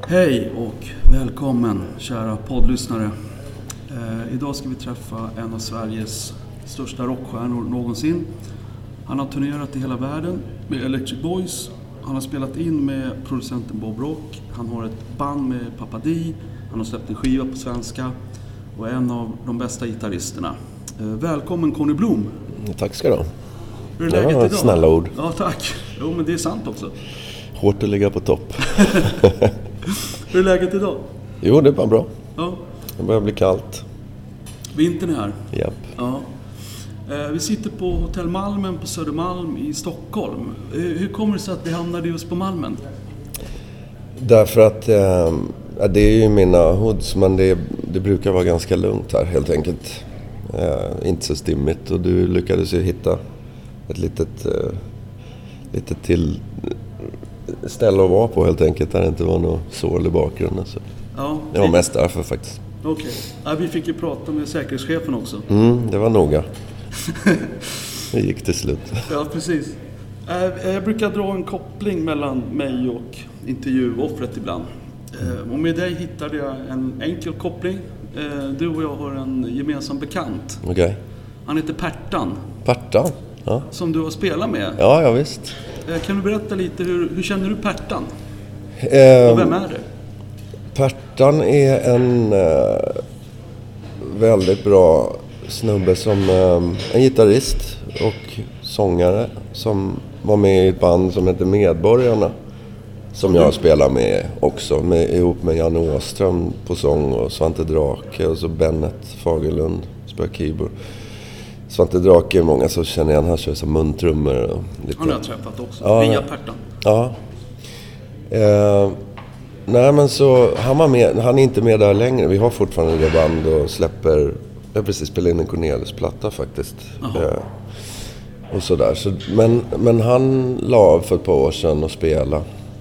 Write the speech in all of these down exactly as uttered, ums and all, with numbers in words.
Hej och välkommen kära poddlyssnare. Eh, idag ska vi träffa en av Sveriges största rockstjärnor någonsin. Han har turnerat i hela världen med Electric Boys. Han har spelat in med producenten Bob Rock. Han har ett band med Papa Dee. Han har släppt en skiva på svenska och är en av de bästa gitarristerna. Eh, välkommen Conny Blom. Tack ska du ha. Hur är läget ja, idag? Snälla ord. Ja, tack. Jo, men det är sant också. Hårt att ligga på topp. Hur är läget idag? Jo, det är bara bra. Ja. Det börjar bli kallt. Vintern är här. Japp. Ja. Eh, vi sitter på Hotell Malmen på Södermalm i Stockholm. Eh, hur kommer det sig att vi hamnade just på Malmen? Därför att eh, det är ju mina hoods, men det, det brukar vara ganska lugnt här helt enkelt. Eh, inte så stimmigt, och du lyckades ju hitta ett litet, eh, litet till ställe att vara på helt enkelt, där det inte var något sål i bakgrunden. Så. Ja, det var mest därför faktiskt. Okej. Okay. Ja, vi fick ju prata med säkerhetschefen också. Mm, det var noga. Det gick till slut. Ja, precis. Jag brukar dra en koppling mellan mig och intervjuoffret ibland. Mm. Och med dig hittade jag en enkel koppling. Du och jag har en gemensam bekant. Okej. Okay. Han heter Pertan. Pertan? Ja. Som du har spelat med. Ja, ja visst. Kan du berätta lite, hur, hur känner du Pertan? Eh, och vem är det? Pertan är en eh, väldigt bra snubbe som eh, en gitarrist och sångare som var med i ett band som heter Medborgarna. Som jag spelar med också, med, ihop med Janne Åström på sång och Svante Drake och så Bennet Fagerlund spelar keyboard. Svante Drake är många som känner igen, han kör som muntrummor och lite. Han har jag träffat också, ja, via Pertan. Ja. Eh, nej men så, han var med, han är inte med där längre. Vi har fortfarande det band och släpper, jag har precis spelat in en Cornelis-platta faktiskt. Eh, och sådär. Så, men, men han la av för ett par år sedan och spela.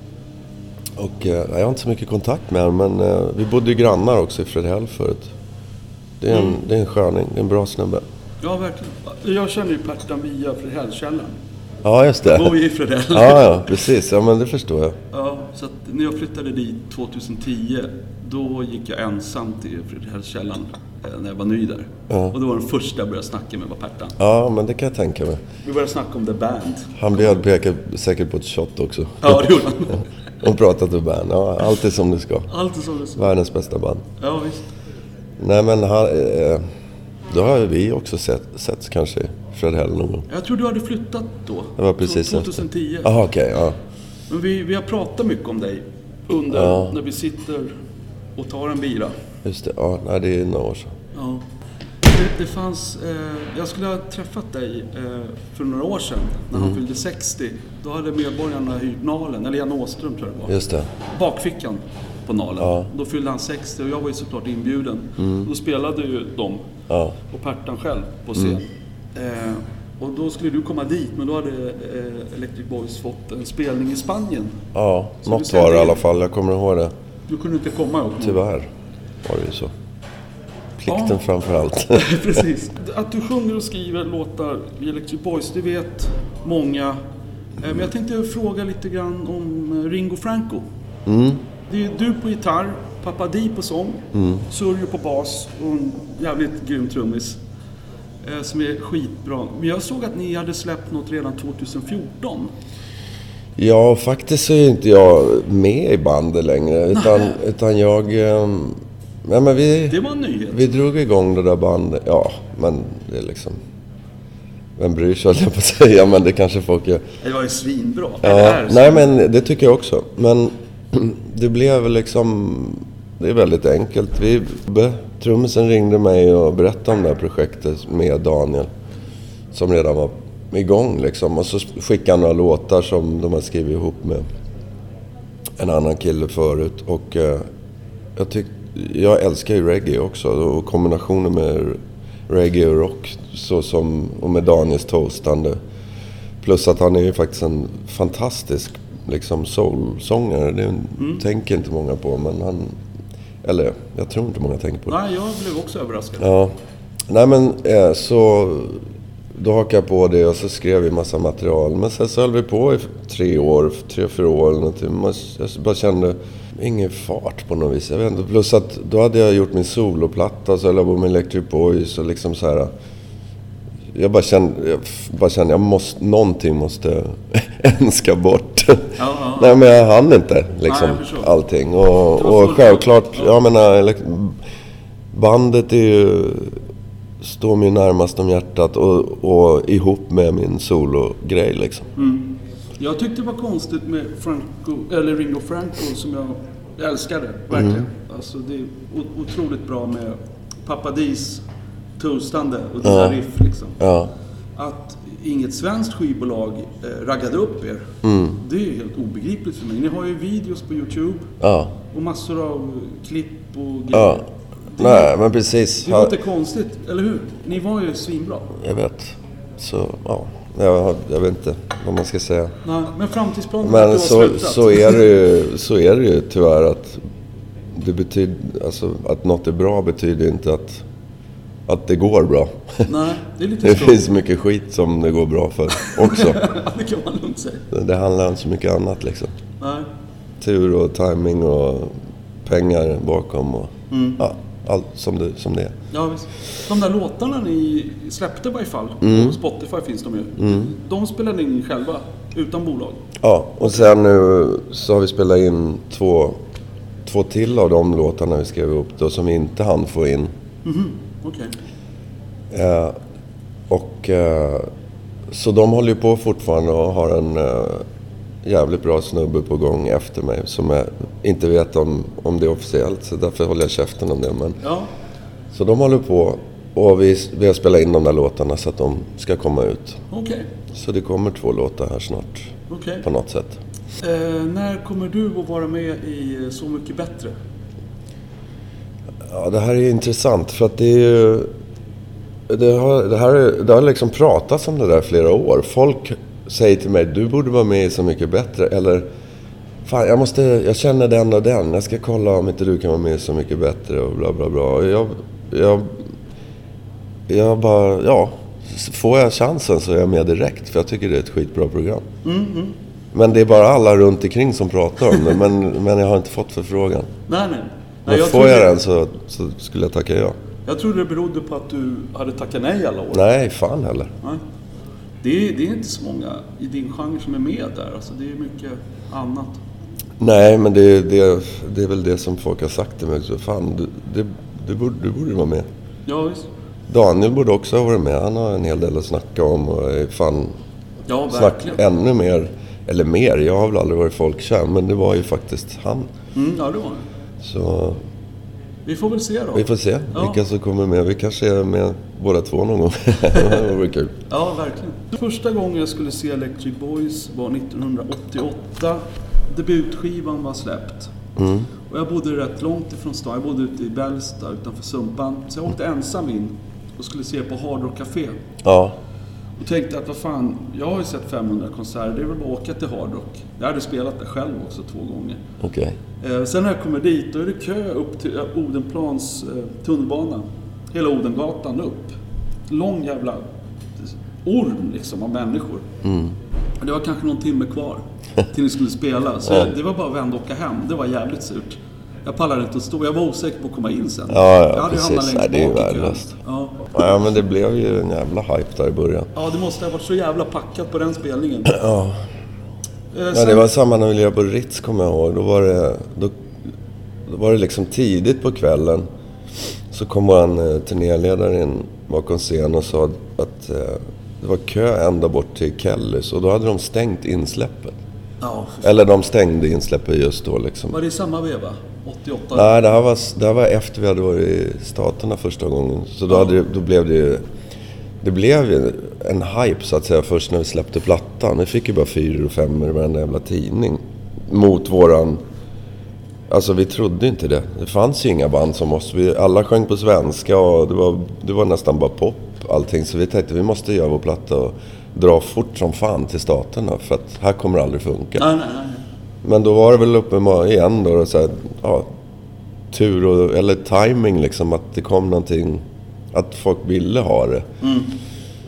Och eh, jag har inte så mycket kontakt med honom, men eh, vi bodde ju grannar också i Fredhäll förut. Det är en, mm. det är en sköning, det är en bra snubbe. Ja, verkligen. Jag känner ju Pertan via Fredhällskällan. Ja, just det. Jag bor ju i Fredhäll. Ja, ja, precis. Ja, men det förstår jag. Ja, så att när jag flyttade dit tjugohundratio, då gick jag ensam till Fredhällskällan när jag var ny där. Ja. Och då var den första jag började snacka med var Pertan. Ja, men det kan jag tänka mig. Vi började snacka om The Band. Han bjöd peka säkert på ett shot också. Ja, det gjorde han. Och pratat med band. Ja, allt är som det ska. Allt är som det ska. Världens bästa band. Ja, visst. Nej, men han, eh, då har vi också sett, sett kanske i Fredhäll någon gång. Jag tror du hade flyttat då. Det var precis tjugohundratio. Jaha, okej, okay, ja. Men vi, vi har pratat mycket om dig under ja. när vi sitter och tar en bira. Just det, ja, nej, det är några år sedan. Ja. Det, det fanns, eh, jag skulle ha träffat dig eh, för några år sedan när mm. han fyllde sextio. Då hade Medborgarna hyrt Nalen, eller Jan Åström tror jag det var. Just det. Bakfickan på Nalen. Ja. Då fyllde han sextio och jag var ju såklart inbjuden. Mm. Då spelade ju de ja. och Pertan själv på scen. Mm. Eh, och då skulle du komma dit, men då hade eh, Electric Boys fått en spelning i Spanien. Ja, så något var det i alla fall, jag kommer ihåg det. Du kunde inte komma ihåg. Tyvärr var det ju så. Plikten ja. framför allt. Precis. Att du sjunger och skriver låtar i Electric Boys, det vet många. Men jag tänkte fråga lite grann om Ringo Franco. Mm. Det är du på gitarr, Papa Dee på sång, mm. Surjo på bas och en jävligt grym trummis som är skitbra. Men jag såg att ni hade släppt något redan tjugohundrafjorton. Ja, faktiskt så är inte jag med i bandet längre. Utan, utan jag... Ja, men vi, det var en nyhet. Vi drog igång det där bandet. Ja, men det är liksom... Vem bryr sig, jag på att säga, men det kanske folk gör. Det var ju svinbra. Ja, det nej, men det tycker jag också. Men det blev liksom... Det är väldigt enkelt. Vi, trummisen ringde mig och berättade om det här projektet med Daniel. Som redan var igång liksom. Och så skickade han några låtar som de har skrivit ihop med en annan kille förut. Och eh, jag tyckte... Jag älskar ju reggae också, och kombinationen med reggae och rock så som, och med Daniels toastande. Plus att han är ju faktiskt en fantastisk liksom soul-sångare. Det mm. tänker inte många på, men han... Eller, jag tror inte många tänker på det. Nej, jag blev också överraskad. Ja. Nej, men så då hakade jag på det och så skrev vi massa material. Men sen så höll vi på i tre år, tre, fyra år. Jag bara kände ingen fart på något vis. Jag vet inte. Plus att då hade jag gjort min soloplatta så höll jag på med Electric Boys och liksom så här. Jag bara kände, jag bara kände jag måste, någonting måste önska bort. Ja, ja. Nej, men jag hann inte liksom Nej, allting. Och, och självklart, ja. jag menar, bandet är ju, står mig närmast om hjärtat och, och ihop med min solo-grej liksom. Mm. Jag tyckte det var konstigt med Franco, eller Ringo Franco som jag älskade, verkligen. Mm. Alltså det är otroligt bra med Papa D's toastande och det där ja. riff liksom. Ja. Att inget svenskt skivbolag eh, raggade upp er. Mm. Det är helt obegripligt för mig. Ni har ju videos på YouTube. Ja. Och massor av klipp och grejer. Ja. Det, Nej, men precis. Det var inte konstigt, eller hur? Ni var ju svinbra. Jag vet. Så, ja. Jag, jag vet inte vad man ska säga. Nej, men framtidsplanen Men så, så, är det ju, så är det ju tyvärr att det betyder, alltså, att något är bra betyder inte att Att det går bra. Nej, det är lite Det finns mycket skit som det går bra för också. Det kan man lugnt säga. Det handlar om så mycket annat liksom. Nej. Tur och timing och pengar bakom och mm. ja, allt som det, som det är. Ja, visst. De där låtarna ni släppte i varje fall, mm. på Spotify finns de ju. Mm. De spelade in själva, utan bolag. Ja, och sen nu så har vi spelat in två, två till av de låtarna vi skrev upp då som vi inte hann få in. Mhm. Okej. Okay. Eh, och eh, så de håller ju på fortfarande och har en eh, jävligt bra snubbe på gång efter mig som jag inte vet om, om det är officiellt, så därför håller jag käften om det. Men, ja. Så de håller på och vi, vi har spelat in de där låtarna så att de ska komma ut. Okej. Okay. Så det kommer två låtar här snart. Okay. På något sätt. Eh, när kommer du att vara med i Så mycket bättre? Ja, det här är intressant för att det är ju, det har, det här, det har liksom pratats om det där flera år. Folk säger till mig, du borde vara med i Så mycket bättre. Eller, fan, jag måste, jag känner den och den. Jag ska kolla om inte du kan vara med i Så mycket bättre och bla bla bla. Jag, jag, jag bara, ja, får jag chansen så är jag med direkt. För jag tycker det är ett skitbra program. Mm, mm. Men det är bara alla runt omkring som pratar om det. Men, men jag har inte fått förfrågan. Nej, nej. Men jag får jag den så, så skulle jag tacka ja. Jag trodde det berodde på att du hade tackat nej alla år. Nej, fan heller. Nej. Det, är, det är inte så många i din genre som är med där. Alltså, det är mycket annat. Nej, men det, det, det är väl det som folk har sagt till mig. Så fan, du, det, du, borde, du borde vara med. Ja, visst. Daniel borde också ha varit med. Han har en hel del att snacka om. Och är fan, ja, verkligen. Ännu mer. Eller mer, jag har väl aldrig varit folkkär. Men det var ju faktiskt han. Mm, ja, det var det. Så... Vi får väl se då. Vi får se ja. vilka som kommer med. Vi kanske är med båda två någon gång. Det var kul. Ja, verkligen. Första gången jag skulle se Electric Boys var nittonhundraåttioåtta. Debutskivan var släppt. Mm. Och jag bodde rätt långt ifrån stan. Jag bodde ute i Bällsta utanför Sumpan. Så jag åkte ensam in och skulle se på Hard Rock Café. Ja. Och tänkte att vad fan, jag har ju sett femhundra konserter. Det är väl bara att åka till Hard Rock. Jag hade spelat det själv också två gånger. Okej. Okay. Eh, sen när jag kommer dit, då är det kö upp till eh, Odenplans eh, tunnelbana. Hela Odengatan upp. Lång jävla orm liksom av människor. Mm. Och det var kanske någon timme kvar till ni skulle spela. Så jag, det var bara att vända och åka hem. Det var jävligt surt. Jag pallade inte att stå. Jag var osäker på att komma in sen. Ja, ja, jag hade precis. hamnat längst Nej, det är ju bak värdelöst. Ja. Ja, men det blev ju en jävla hype där i början. Ja, det måste ha varit så jävla packat på den spelningen. Ja. Eh, sen... Ja, det var samma när vi lirade på Ritz, kommer jag ihåg. Då var det, då, då var det liksom tidigt på kvällen. Så kom en eh, turnéledare in bakom scen och sa att eh, det var kö ända bort till Kellys. Och då hade de stängt insläppet. Ja, eller de stängde insläppet just då liksom. Var det i samma veva? åttioåtta? Nej, det här var, det här var efter vi hade varit i Staterna första gången. Så då, ja. hade, då blev det ju... Det blev ju en hype så att säga först när vi släppte plattan. Vi fick ju bara fyra och fem i varenda jävla tidning. Mot våran... Alltså vi trodde inte det. Det fanns ju inga band som oss. Vi, alla sjöng på svenska och det var, det var nästan bara pop allting. Så vi tänkte vi måste göra vår platta och dra fort som fan till Staterna. För att här kommer det aldrig funka. Nej, nej, nej. Men då var det väl uppe med igen då, så här, ja, tur och, eller timing liksom, att det kom någonting, att folk ville ha det. Mm.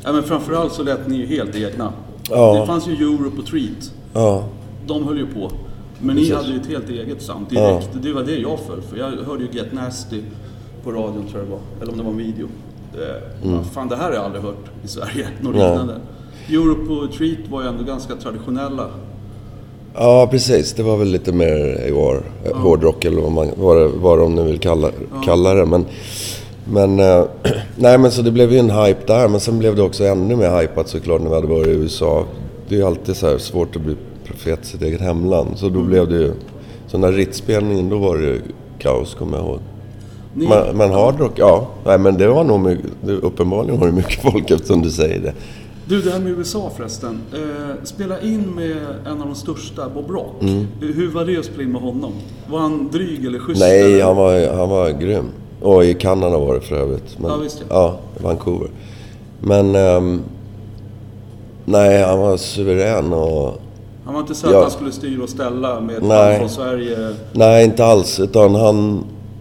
Ja, men framförallt så lät ni ju helt egna. Ja. Det fanns ju Europe och Treat. Ja. De höll ju på. Men Precis. ni hade ju ett helt eget sound direkt. Ja. Det var det jag föll för. Jag hörde ju Get Nasty på radion, tror jag det var. Eller om det var en video. Det, mm. Fan, det här har jag aldrig hört i Sverige. Något liknande. Europe och Treat var ju ändå ganska traditionella. Ja, precis. Det var väl lite mer i år. Ja. Hårdrock eller vad, man, vad, det, vad de nu vill kalla, ja. kalla det. Men, men, äh, nej, men så det blev ju en hype där. Men sen blev det också ännu mer hypat såklart när vi hade varit i U S A. Det är alltid så här svårt att bli profet i sitt eget hemland. Så då mm. blev det ju... Så när ritspelningen, då var det ju kaos, kommer jag ihåg. Ni... Men, men hardrock, ja. Nej, men det var nog mycket, det, uppenbarligen var det mycket folk eftersom du säger det. Du, det här med U S A förresten. Eh, spela in med en av de största, Bob Rock. Mm. Hur var det att spela in med honom? Var han dryg eller schysst? Nej, eller? Han, var, han var grym. Och i Kanada var det för övrigt. Men, ja, visst ja. Ja, Vancouver. Men... Um, nej, han var suverän och... Han var inte så att ja. han skulle styra och ställa med nej. från Sverige? Nej, inte alls. Utan han...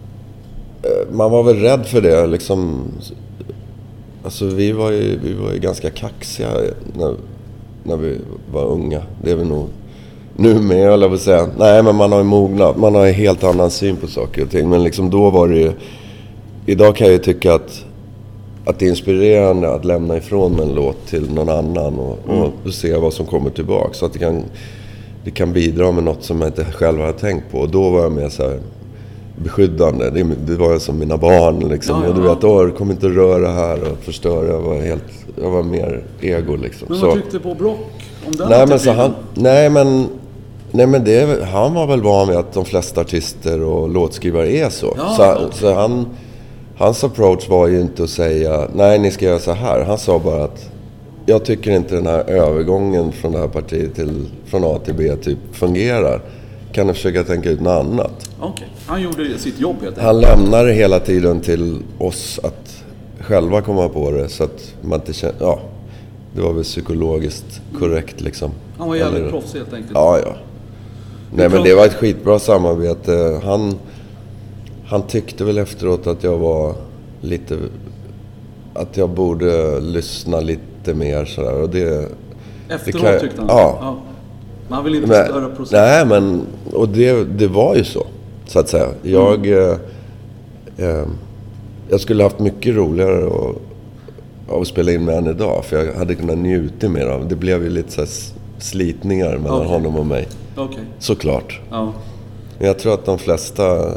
Man var väl rädd för det, liksom... Alltså vi var ju, vi var ju ganska kaxiga när, när vi var unga. Det är vi nog nu med, eller vill säga. Nej, men man har ju mognat. Man har en helt annan syn på saker och ting. Men liksom då var det ju... Idag kan jag ju tycka att, att det är inspirerande att lämna ifrån en låt till någon annan. Och, mm. och se vad som kommer tillbaka. Så att det kan, det kan bidra med något som jag inte själv har tänkt på. Och då var jag med så här... beskyddande. Det, det var ju som mina barn liksom. Ja, ja. Och du vet, åh, kom inte att röra här och förstöra. Jag var helt, jag var mer ego liksom. Men vad så, tyckte på Brock om den? Nej men så han, nej men, nej men det, han var väl van vid att de flesta artister och låtskrivare är så. Ja, så, okay. så han, hans approach var ju inte att säga, nej ni ska göra så här. Han sa bara att jag tycker inte den här övergången från det här partiet till, från A till B typ fungerar. Kan du försöka tänka ut något annat? Okej, okay. Han gjorde sitt jobb helt enkelt. Han lämnade hela tiden till oss att själva komma på det. Så att man inte känner... Ja, det var väl psykologiskt korrekt liksom. Han var jävligt proffs helt enkelt. Ja, ja. Nej, men det var ett skitbra samarbete. Han, han tyckte väl efteråt att jag var lite... Att jag borde lyssna lite mer sådär. Och det... Efteråt det kan, tyckte han? Ja. ja. Man vill inte men, störa processen. Nej, men... Och det, det var ju så, så att säga. Jag... Mm. Eh, eh, jag skulle haft mycket roligare och, av att spela in med han idag. För jag hade kunnat njuta mer av. Det blev ju lite så här slitningar mellan okay. honom och mig. Okay. Såklart. Ja. Men jag tror att de flesta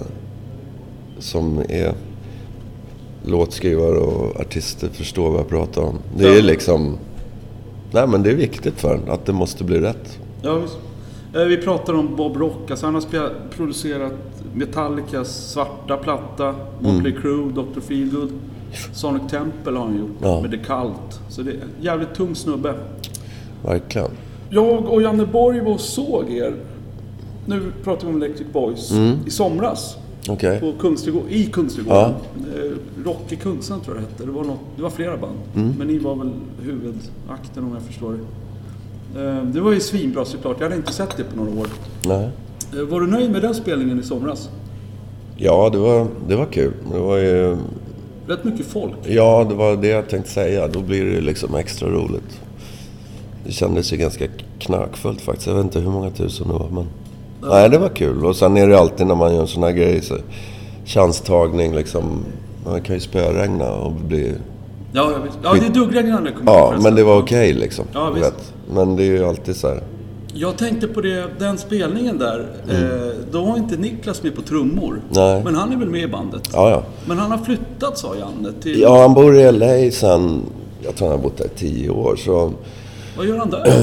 som är låtskrivare och artister förstår vad jag pratar om. Det är ja. liksom... Nej, men det är viktigt för en, att det måste bli rätt. Ja, visst. Vi pratar om Bob Rock. Alltså han har spelat, producerat Metallicas svarta platta, Motley mm. Crue, doktor Feelgood, Sonic Temple har han gjort ja. med The Cult. Så det är en jävligt tung snubbe. Verkligen. Jag och Janne Borg var och såg er. Nu pratar vi om Electric Boys mm. i somras. Okay. På Kungsträdgården, i Kungsträdgården. Ja. Rock i Kungsan tror jag det hette. Det var, något, det var flera band. Mm. Men ni var väl huvudakten om jag förstår det. Det var ju svinbra såklart. Jag hade inte sett det på några år. Nej. Var du nöjd med den spelningen i somras? Ja, det var, det var kul. Det var ju... Rätt mycket folk. Ja, det var det jag tänkte säga. Då blir det liksom extra roligt. Det kändes ju ganska knarkfullt faktiskt. Jag vet inte hur många tusen det var, men... Ja. Nej, det var kul. Och sen är det alltid när man gör en sån här grej så... chanstagning liksom... Man kan ju spöregna och bli... Ja, jag vet. Ja, det är duggregn när det kommer. Ja, men det var okej okay, liksom. Ja, visst. Vet. Men det är ju alltid så här. Jag tänkte på det, den spelningen där. Mm. Eh, då var inte Niklas med på trummor. Nej. Men han är väl med i bandet? Ja, ja. Men han har flyttat, sa Janne, till... Ja, han bor i L A sen... Jag tror han har bott där i tio år, så... Vad gör han där?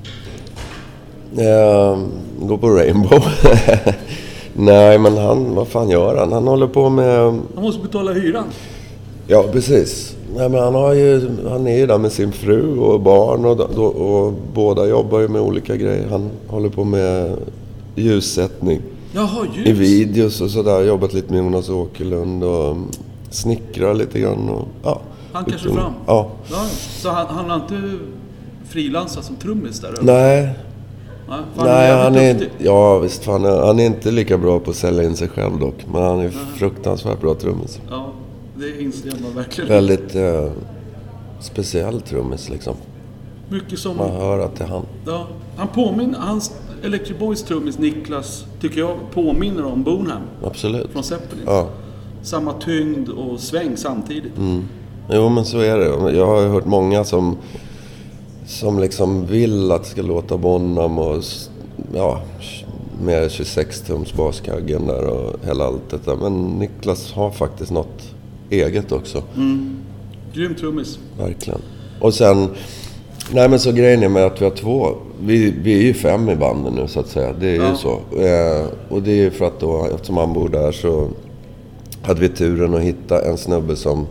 eh, går på Rainbow. Nej, men han... Vad fan gör han? Han håller på med... Han måste betala hyran. Ja, precis. Nej, men han, har ju, han är ju där med sin fru och barn och, och, och båda jobbar ju med olika grejer. Han håller på med ljussättning. Jaha, ljus. I videos och sådär. Jobbat lite med Jonas Åkerlund och snickrar lite grann. Och, ja, han kanske fram? Ja. ja. Så han, han har inte frilansat som trummis där? Eller? Nej. Nej, Nej han är, ja visst fan, han är inte lika bra på att sälja in sig själv dock. Men han är fruktansvärt bra trummis. Ja. Det inser man verkligen. Väldigt... Eh, speciell trummis liksom. Mycket som... Man hör att det är han. Ja, han påminner... Hans Electric Boys trummis Niklas tycker jag påminner om Bonham. Absolut. Från Zeppelin. Ja. Samma tyngd och sväng samtidigt. Mm. Jo, men så är det. Jag har hört många som som liksom vill att det ska låta Bonham och ja, med tjugosex tums baskaggen där och hela allt detta. Men Niklas har faktiskt något eget också. Mm. Grym trummis. Verkligen. Och sen, nej men så grejen är med att vi har två, vi, vi är ju fem i bandet nu så att säga. Det är ja. ju så. Eh, och det är ju för att då, eftersom han bor där så hade vi turen att hitta en snubbe som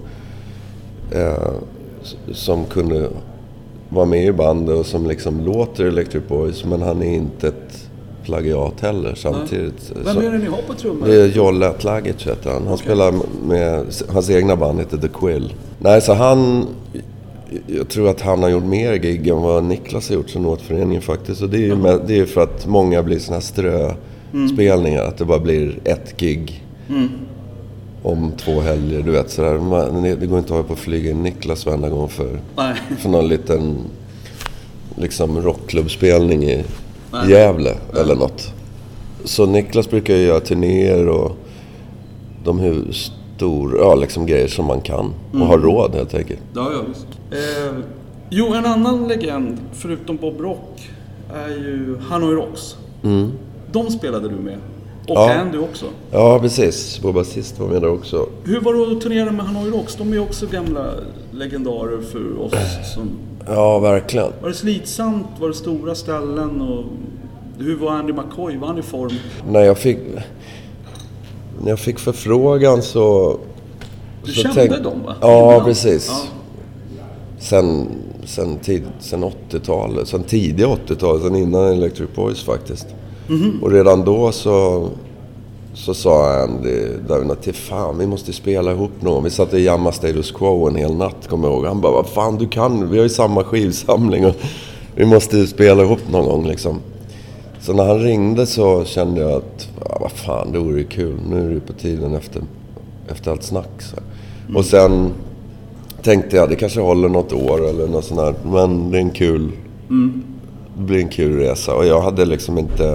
eh, som kunde vara med i bandet och som liksom låter Electric Boys, men han är inte ett plagiat heller samtidigt. Vem är det ni har på trummor? Det är Jolle Atlagic heter han. Han okay. spelar med, hans egna band heter The Quill. Nej, så han, jag tror att han har gjort mer gig än vad Niklas har gjort som Notföreningen faktiskt. Och det är ju med, det är för att många blir såna här ströspelningar, mm. att det bara blir ett gig. Mm. Om två helger, du vet sådär. Man, det går inte att ha på att flyga in Niklas varenda gång för, för någon liten liksom rockklubbspelning i Nej. Gävle Nej. eller något. Så Niklas brukar ju göra turnéer och de hur stor, ja liksom grejer som man kan mm. och har råd helt enkelt. Ja, ja visst. Eh, jo, en annan legend förutom Bob Rock är ju Hanoi Rocks. Mm. De spelade du med. Och ja. Andy också. Ja, precis. Bob Assist var med där också. Hur var det att turnera med Hanoi Rocks? De är ju också gamla legendarer för oss. Som... Ja, verkligen. Var det slitsamt? Var det stora ställen? Och hur var Andy McCoy? Var han i form? När jag fick, när jag fick förfrågan så... Du så kände tänk... dem, va? Ja, innan. Precis. Ja. Sen, sen, tid, sen åttiotalet. Sen tidiga åttiotalet. Sen innan Electric Boys faktiskt. Mm-hmm. Och redan då så, så sa Andy där till fan, vi måste spela ihop någon. Vi satt i Jamma Status Quo en hel natt, kommer jag ihåg. Han bara, vad fan du kan, vi har ju samma skivsamling och vi måste spela ihop någon gång liksom. Så när han ringde så kände jag att, ja, vad fan, det vore ju kul. Nu är det på tiden efter, efter allt snack. Så. Mm. Och sen tänkte jag, det kanske håller något år eller något sånt här. Men det är en kul, mm. det blir en kul resa. Och jag hade liksom inte...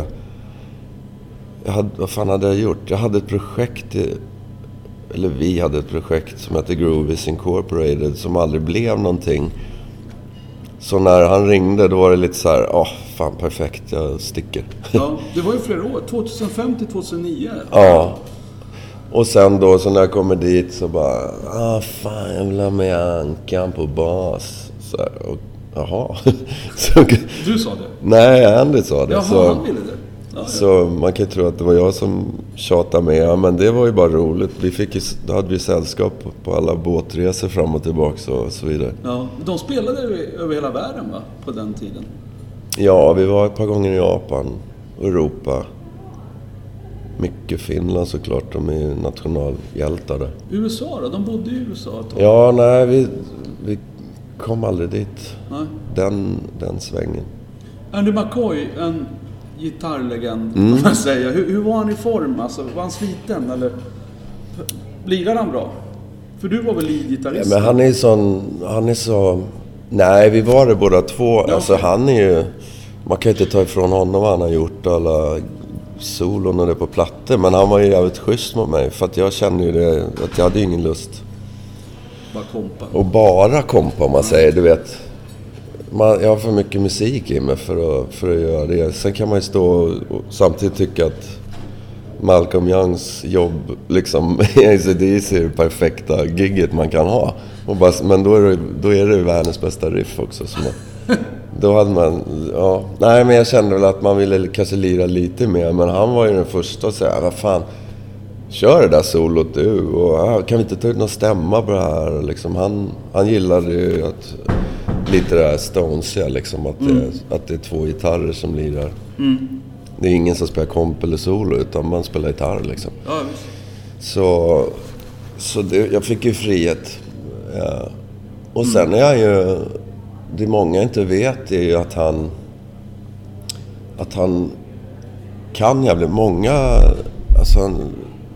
Jag hade, vad fan hade jag gjort? Jag hade ett projekt, i, eller vi hade ett projekt som hette Groovies Incorporated som aldrig blev någonting. Så när han ringde då var det lite så här, åh, oh, fan perfekt, jag sticker. Ja, det var ju flera år, tjugohundrafem till tjugohundranio. Ja. Och sen då, så när jag kommer dit så bara, ah fan, jag vill ha med Ankan på bas. Så här, och, jaha. Så, du sa det? Nej, Andy sa det. Jaha, så, han ville det. Ja, ja. Så man kan ju tro att det var jag som tjatade med. Ja, men det var ju bara roligt. Vi fick ju, då hade vi sällskap på, på alla båtresor fram och tillbaka och så vidare. Ja, de spelade över hela världen, va? På den tiden. Ja, vi var ett par gånger i Japan, Europa. Mycket Finland såklart. De är ju nationalhjältar där. U S A då? De bodde i U S A ett tag. Ja, nej, vi, vi kom aldrig dit. Nej. Den, den svängen. Andy McCoy, en gitarrlegend, mm. kan man säga. Hur, hur var han i form? Alltså, var han sliten? Eller lirade han bra? För du var väl lead-gitarrist? Ja, men han är sån... Han är så... Nej, vi var det båda två. Ja. Alltså, han är ju... Man kan ju inte ta ifrån honom vad han har gjort. Alla solon och det på plattor. Men han var ju jävligt schysst mot mig. För att jag kände ju det... Att jag hade ingen lust. Bara kompa. Och bara kompa, om man säger. Du vet... Man, jag har för mycket musik i mig för att, för att göra det. Sen kan man ju stå och, och samtidigt tycka att Malcolm Youngs jobb liksom i A C D C är det perfekta gigget man kan ha. Och bara, men då är, det, då är det världens bästa riff också. Så man, då hade man, ja. Nej, men jag kände väl att man ville kanske lira lite mer. Men han var ju den första att säga, vad fan, kör det där solot du. Och, ja, kan vi inte ta ut någon stämma på det här? Liksom, han, han gillade ju att... Lite där Stones, ja, liksom, att, mm. det, att det är två gitarrer som lirar. Mm. Det är ingen som spelar komp eller solo, utan man spelar gitarr liksom. Ja, visst. Så, så det, jag fick ju frihet. Ja. Och sen är jag ju... Det många inte vet är ju att han... Att han kan jävligt många... Alltså han,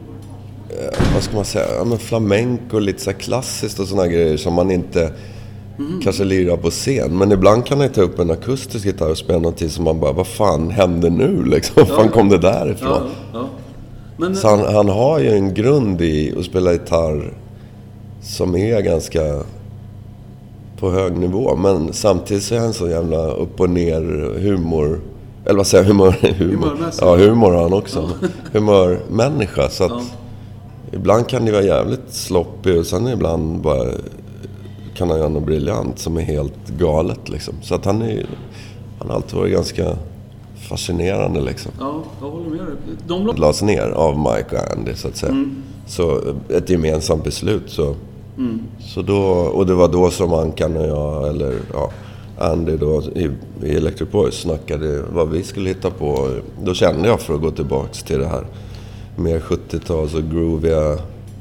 vad ska man säga? Ja, men flamenco, lite så här klassiskt och såna grejer som man inte... Mm. Kanske lira på scen. Men ibland kan han ta upp en akustisk gitarr och spela någonting som man bara, vad fan hände nu liksom? Vad fan kom det därifrån? Ja, ja. Men, så han, han har ju en grund i att spela gitarr som är ganska på hög nivå. Men samtidigt så är han så jävla upp och ner humor. Eller vad säger jag? Humor, humor. Ja, humor har han också. Ja. Humörmänniska. Så att ja. Ibland kan det vara jävligt sloppig och sen ibland bara kan han göra något briljant som är helt galet liksom. Så att han är han har alltid varit ganska fascinerande liksom. Ja, jag håller med dig. De lades ner av Mike och Andy så att säga. Mm. Så ett gemensamt beslut så mm. så då, och det var då som Ankan och jag eller ja Andy då i, i Electric Boys snackade vad vi skulle hitta på. Då kände jag för att gå tillbaks till det här mer sjuttio-tals och grooviga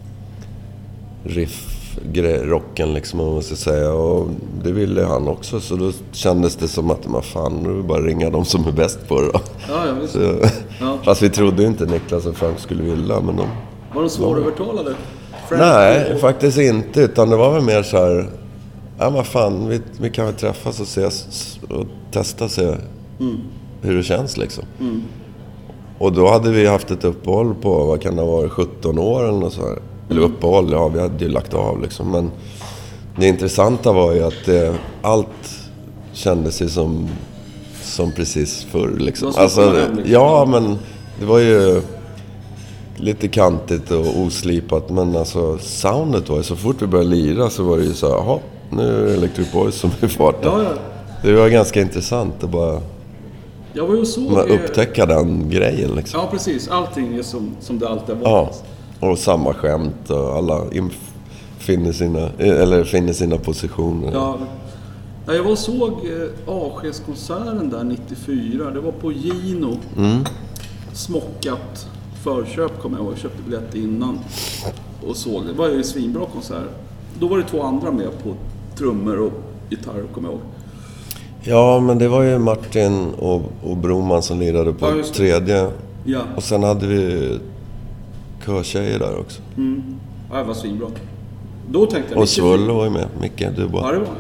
riff rocken liksom, om man ska säga, och det ville han också, så då kändes det som att man fan, nu bara ringa de som är bäst på det då. Ja, ja, visst. Så, ja. Fast vi trodde inte Niklas och Frank skulle vilja, men de... Var de svårövertalade? Nej, och... faktiskt inte, utan det var väl mer så här, ja men fan, vi, vi kan väl träffas och ses och testa se mm. hur det känns liksom. Mm. Och då hade vi haft ett uppehåll på, vad kan det vara, sjutton år eller något så här. Eller uppehåll, ja, vi hade ju lagt av liksom. Men det intressanta var ju att det, allt kändes ju som, som precis förr liksom. Alltså, ja, men det var ju lite kantigt och oslipat. Men alltså, soundet var ju, så fort vi började lira så var det ju så här, jaha, nu är det Electric Boys som är farten. Ja, ja. Det var ganska intressant att bara... Jag var ju så... Man upptäcka den grejen liksom. Ja, precis. Allting är som, som det alltid var. Ja. Och samma skämt och alla inf- finner sina, eller finner sina positioner. Ja, jag var och såg A Gs-konserten där nittiofyra. Det var på Gino. Mm. Smockat förköp, kommer jag ihåg. Jag köpte biljett innan och såg. Det var ju en svinbra konsert. Då var det två andra med på trummor och gitarr, kommer jag ihåg. Ja, men det var ju Martin och, och Broman som lirade på ja, tredje. Ja. Och sen hade vi... körtjejer där också. Mm. Ja, det var svinbra. Då tänkte jag... Och Svull var ju med. Micke, du bara... Ja, det var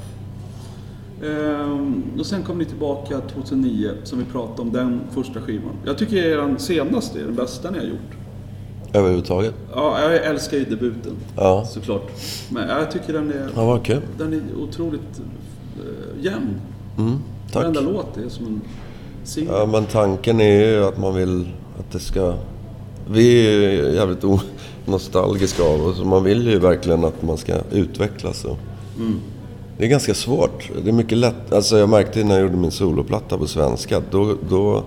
jag. Ehm, och sen kom ni tillbaka tjugohundranio som vi pratade om, den första skivan. Jag tycker er den senaste är den bästa ni har gjort. Överhuvudtaget? Ja, jag älskar ju debuten. Ja. Såklart. Men jag tycker den är... Ja, vad kul. Den är otroligt uh, jämn. Mm, tack. Varenda låt är som en singel. Ja, men tanken är ju att man vill att det ska... Vi är jävligt nostalgiska av oss. Man vill ju verkligen att man ska utvecklas. Mm. Det är ganska svårt. Det är mycket lätt. Alltså jag märkte när jag gjorde min soloplatta på svenska. Då, då,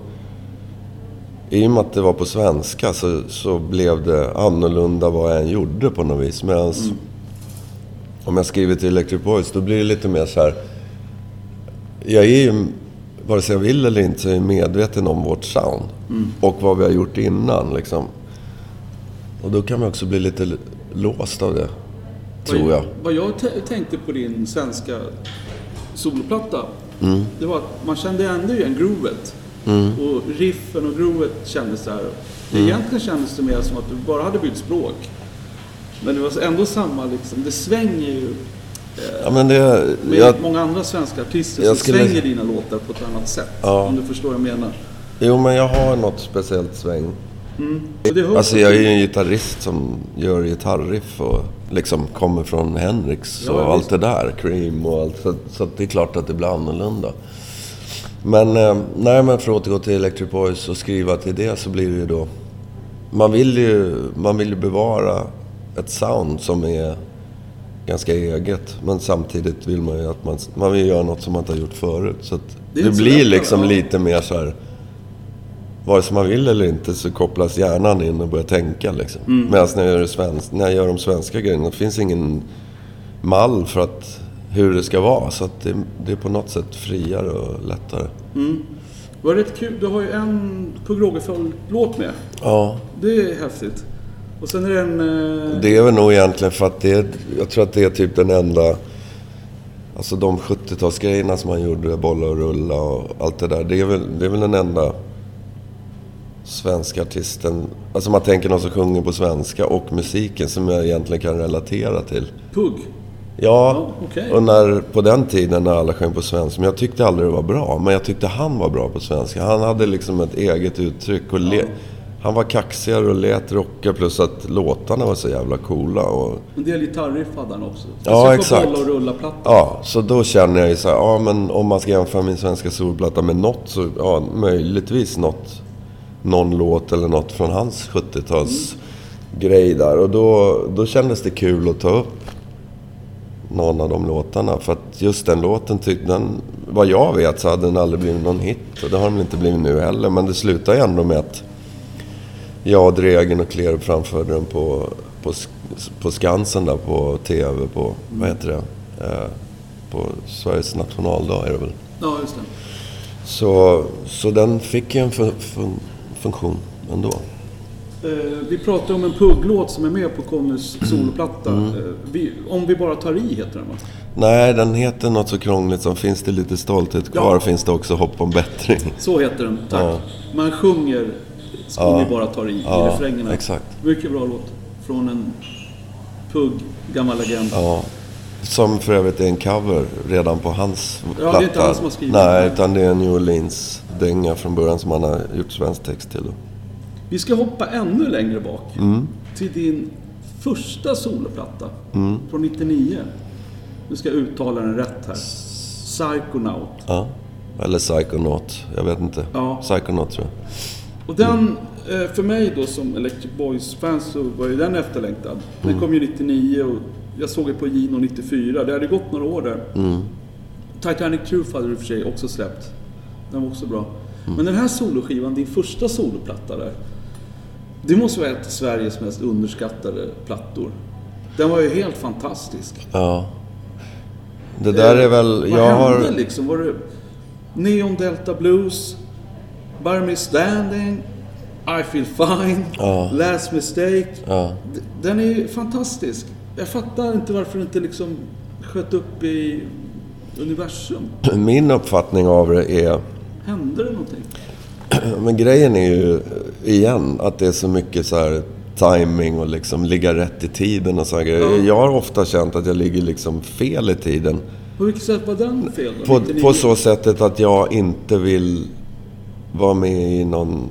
i och med att det var på svenska så, så blev det annorlunda vad jag än gjorde på något vis. Medan mm. om jag skriver till Electric Boys, då blir det lite mer så här. Jag är ju... vare sig jag vill eller inte så är jag medveten om vårt sound. Mm. Och vad vi har gjort innan liksom. Och då kan man också bli lite låst av det, vad tror jag. Vad jag t- tänkte på din svenska soloplatta, mm. det var att man kände ändå igen groovet. Mm. Och riffen och groovet kändes där. Mm. Egentligen kändes det mer som att du bara hade bytt språk. Men det var ändå samma liksom. Det svänger ju. Ja, men det, med jag, många andra svenska artister som skulle... svänger dina låtar på ett annat sätt. Ja. Om du förstår vad jag menar. Jo, men jag har något speciellt sväng. Mm. Alltså jag är ju en gitarrist som gör gitarriff och liksom kommer från Hendrix och ja, allt det där, Cream och allt. Så, så det är klart att det blir annorlunda. Men eh, nej, men för att återgå till Electric Boys och skriva till det så blir det ju då... Man vill ju, man vill ju bevara ett sound som är ganska eget. Men samtidigt vill man ju att man, man vill göra något som man inte har gjort förut. Så att det, det blir liksom lite mer så här... Vare sig man vill eller inte så kopplas hjärnan in och börjar tänka liksom. Mm. Medan när jag gör, svensk, när jag gör de svenska grejerna, det finns ingen mall för att, hur det ska vara. Så att det, det är på något sätt friare och lättare. Mm. Det var rätt kul. Du har ju en Pugh Rogefeldt-låt med. Ja. Det är häftigt. Och sen är det en... Eh... Det är väl nog egentligen för att det är, jag tror att det är typ den enda... Alltså de sjuttio-talsgrejerna som man gjorde, bolla och rulla och allt det där. Det är väl, det är väl den enda... svenska artisten, alltså man tänker någon som sjunger på svenska och musiken som jag egentligen kan relatera till. Pugh? Ja, Ja, okej. och när, på den tiden när alla sjöng på svenska. Men jag tyckte aldrig det var bra. Men jag tyckte han var bra på svenska. Han hade liksom ett eget uttryck. Och le, han var kaxigare och lät rocka. Plus att låtarna var så jävla coola. Och, En del gitarriff hade han också. ja, exakt. Bolla och rulla plattan. Ja, så då känner jag ju så här, ja men om man ska jämföra min svenska solplatta med något så, ja möjligtvis något, någon låt eller något från hans sjuttio-tals mm. grej där. Och då, då kändes det kul att ta upp någon av de låtarna. För att just den låten, tyck, den, vad jag vet så hade den aldrig blivit någon hit. Och det har den inte blivit nu heller. Men det slutar ju ändå med att jag och Dregen och Klerup framförde den på, på, på Skansen där på tv på, mm. vad heter det? Eh, på Sveriges nationaldag är det väl? Ja, just det. Så, så den fick ju en fun, fun, funktion ändå. Eh, vi pratar om en pugglåt som är med på Connys soloplatta. Mm. Eh, vi, om vi bara tar i heter den, va? Nej, den heter något så krångligt som finns det lite stolthet kvar. Ja. Finns det också hopp om bättring. Så heter den, tack. Ja. Man sjunger ska ja. vi bara ta i, ja, i refrängerna. Exakt. Mycket bra låt. Från en pugg, gammal legend. Ja. Som för övrigt är en cover redan på hans ja, platta. Det är inte han som har skrivit. Nej, utan det är en New Orleans-dänga från början som han har gjort svensk text till. Vi ska hoppa ännu längre bak. Mm. Till din första soloplatta. Mm. Från nittionio. Nu ska jag uttala den rätt här. Psychonaut. Ja, eller Psychonaut. Jag vet inte. Ja. Psychonaut tror jag. Och den, mm. för mig då som Electric Boys-fans så var ju den efterlängtad. Den mm. kom ju nittionio och jag såg det på Gino nittiofyra. Det hade gått några år där. Mm. Titanic Truth hade du för sig också släppt. Den var också bra. Mm. Men den här soloskivan, din första soloplatta där. Det måste vara ett av Sveriges mest underskattade plattor. Den var ju helt fantastisk. Ja. Det där är väl... Vad jag hände har... liksom? Var det Neon Delta Blues, By Me Standing, I Feel Fine, ja. Last Mistake. Ja. Den är ju fantastisk. Jag fattar inte varför det inte liksom sköt upp i universum. Min uppfattning av det är... Hände det någonting? Men grejen är ju, igen, att det är så mycket så här timing och liksom ligga rätt i tiden och så här grejer. Ja. Jag har ofta känt att jag ligger liksom fel i tiden. På vilket sätt var den fel då? På, på så sättet att jag inte vill vara med i någon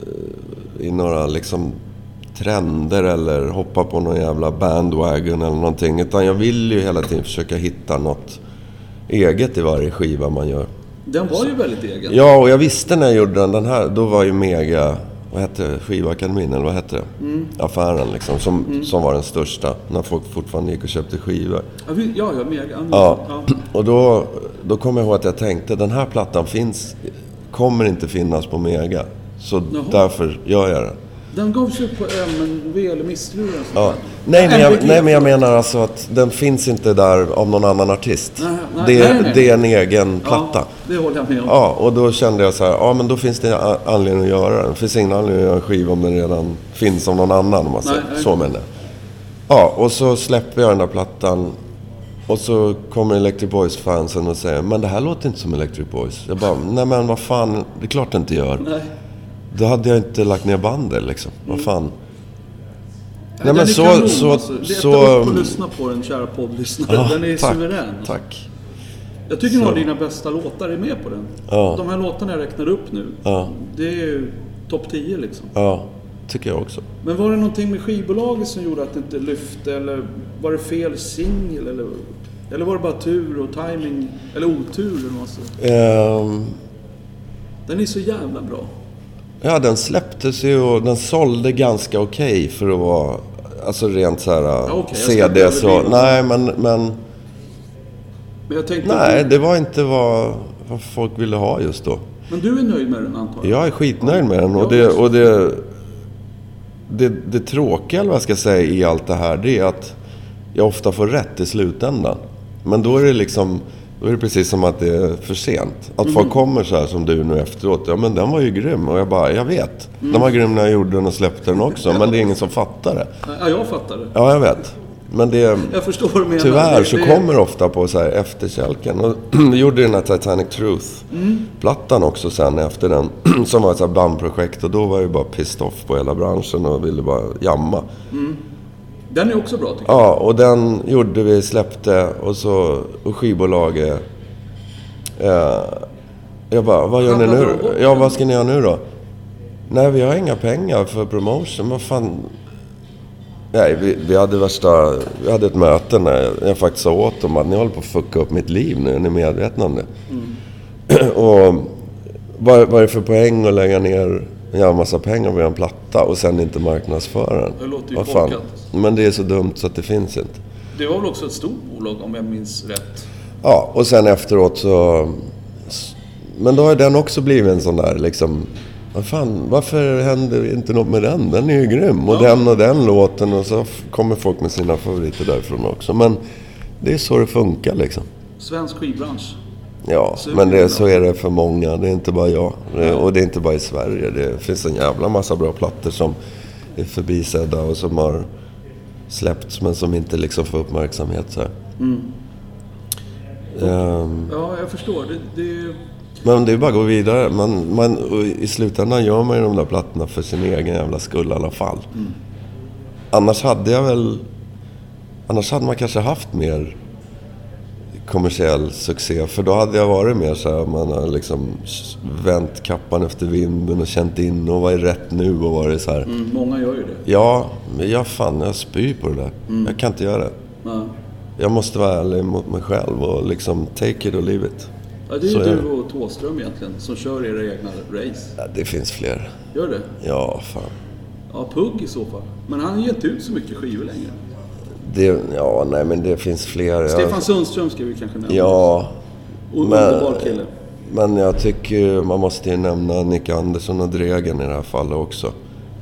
i några liksom trender eller hoppa på någon jävla bandwagon eller någonting. Utan jag vill ju hela tiden försöka hitta något eget i varje skiva man gör. Den var ju väldigt egen. Ja, och jag visste när jag gjorde den, den här, då var ju Mega, vad hette det, Skivakademin eller vad hette det? Mm. Affären liksom, som, mm. som var den största, när folk fortfarande gick och köpte skivor. Ja, ja, ja Mega. Ja, ja. Och då, då kom jag ihåg att jag tänkte, den här plattan finns, kommer inte finnas på Mega. Så Jaha. Därför gör jag den. Den gavs ju på M N V eller Misstror. Ja. Nej, men jag, nej, men jag menar alltså att den finns inte där av någon annan artist. Nej, nej, det, nej, nej. det är en egen platta. Ja, det håller jag med om. Ja, och då kände jag så här, ja men då finns det anledning att göra den. Det finns ingen anledning att göra en skiva om den redan finns av någon annan. Om man säger. Nej, så menar jag. Ja, och så släpper jag den där plattan. Och så kommer Electric Boys-fansen och säger, men det här låter inte som Electric Boys. Jag bara, nej men vad fan, det är klart det inte gör. Nej. Då hade jag inte lagt ner bandet liksom. Mm. Vad fan. Nej, men så kanon, så alltså. Leta så upp och lyssna på den, kära poddlyssnare. Ja, den är tack, suverän. Tack. Jag tycker nog att dina bästa låtar är med på den. Ja. De här låtarna jag räknar upp nu. Ja. Det är ju topp tio liksom. Ja, tycker jag också. Men var det någonting med skivbolaget som gjorde att det inte lyfte? Eller var det fel singel? Eller, eller var det bara tur och timing? Eller otur eller något så? Um... Den är så jävla bra. Ja, den släpptes ju och den sålde ganska okej okay för att vara, alltså rent så här ja, okay, C D så. Nej, men men men jag tänkte nej, det var inte vad, vad folk ville ha just då. Men du är nöjd med den antagligen? Jag är skitnöjd med den och det och det det det tråkiga eller vad jag ska säga i allt det här, det är att jag ofta får rätt i slutändan. Men då är det liksom Då är det precis som att det är för sent. Att mm. folk kommer så här som du nu efteråt. Ja, men den var ju grym. Och jag bara, jag vet. Mm. Den var grym när jag gjorde den och släppte den också. Men det är ingen som fattar det. Ja, jag fattar det. Ja, jag vet. Men det... Jag förstår vad du menar. Tyvärr det, så det... kommer ofta på så här efterkälken. Och vi gjorde den här Titanic Truth-plattan mm. också sen efter den. Som var ett så här bandprojekt. Och då var jag bara pissed off på hela branschen och ville bara jamma. Mm. Den är också bra tycker jag. Ja, och den gjorde vi, släppte och så och skivbolaget. Eh, jag bara, vad gör ni nu? Ja, vad ska ni göra nu då? Nej, vi har inga pengar för promotion. Vad fan? Nej, vi, vi hade värsta... Vi hade ett möte när jag, jag faktiskt sa åt dem att ni håller på att fucka upp mitt liv nu. Ni är medvetna om det. Mm. Och vad, vad är det för poäng att lägga ner en jävla massa pengar på en platta och sen inte marknadsföra den? Det låter ju vad fan? korkat. Men det är så dumt så att det finns inte. Det var väl också ett stort bolag om jag minns rätt. Ja, och sen efteråt så... Men då har den också blivit en sån där liksom... Vad fan, varför händer inte något med den? Den är ju grym. Och ja. den och den låten. Och så kommer folk med sina favoriter därifrån också. Men det är så det funkar liksom. Svensk skivbransch. Ja, Super men det, så är det för många. Det är inte bara jag. Det, och det är inte bara i Sverige. Det finns en jävla massa bra plattor som är förbisedda och som har släppts men som inte liksom får uppmärksamhet så här. Mm. Um, ja, jag förstår. Det, det... Men det är bara att gå vidare. Man, man, i slutändan gör man ju de där plattorna för sin egen jävla skull i alla fall. Mm. Annars hade jag väl... Annars hade man kanske haft mer kommersiell succé. För då hade jag varit mer så här... Man har liksom vänt kappan efter vinden och känt in och vad är rätt nu och vad är så här. Mm, många gör ju det. Ja, men jag fan, jag spyr på det där. Mm. Jag kan inte göra det. Mm. Jag måste vara ärlig mot mig själv och liksom take it or leave it. Ja, det är ju du är... och Tåström egentligen som kör era egna race. Ja, det finns fler. Gör det? Ja, fan. Ja, Pugg i så fall. Men han ger inte ut så mycket skivor längre. Det, ja, nej men det finns fler. Stefan jag... Sundström ska vi kanske nämna. Ja. Och underbar kille. Men jag tycker man måste ju nämna Nick Andersson och Dregen i det här fallet också.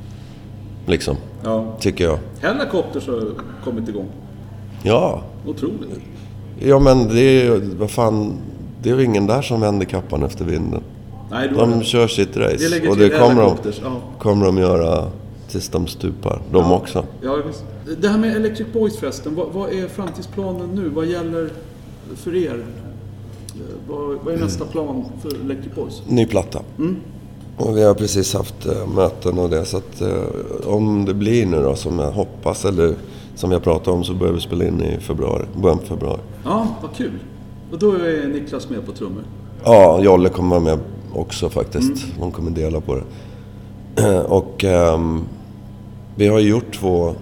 Liksom. Ja. Tycker jag. Helicopters har kommit igång. Ja. Otroligt. Ja, men det är ju, vad fan... Det är ju ingen där som vänder kappan efter vinden. Nej, de det. kör sitt race. Och det kommer de, ja. kommer de göra tills de stupar. De ja. också. Ja, visst. Det här med Electric Boys förresten. Vad, vad är framtidsplanen nu? Vad gäller för er? Vad, vad är nästa plan för Electric Boys? Ny platta. Mm. Och vi har precis haft äh, möten och det. Så att äh, om det blir nu då som jag hoppas. Eller som vi har pratat om så börjar vi spela in i februari. Början på februari. Ja, vad kul. Och då är Niklas med på trummor? Ja, Jolle kommer vara med också faktiskt. Mm. De kommer dela på det. Och um, vi har gjort två,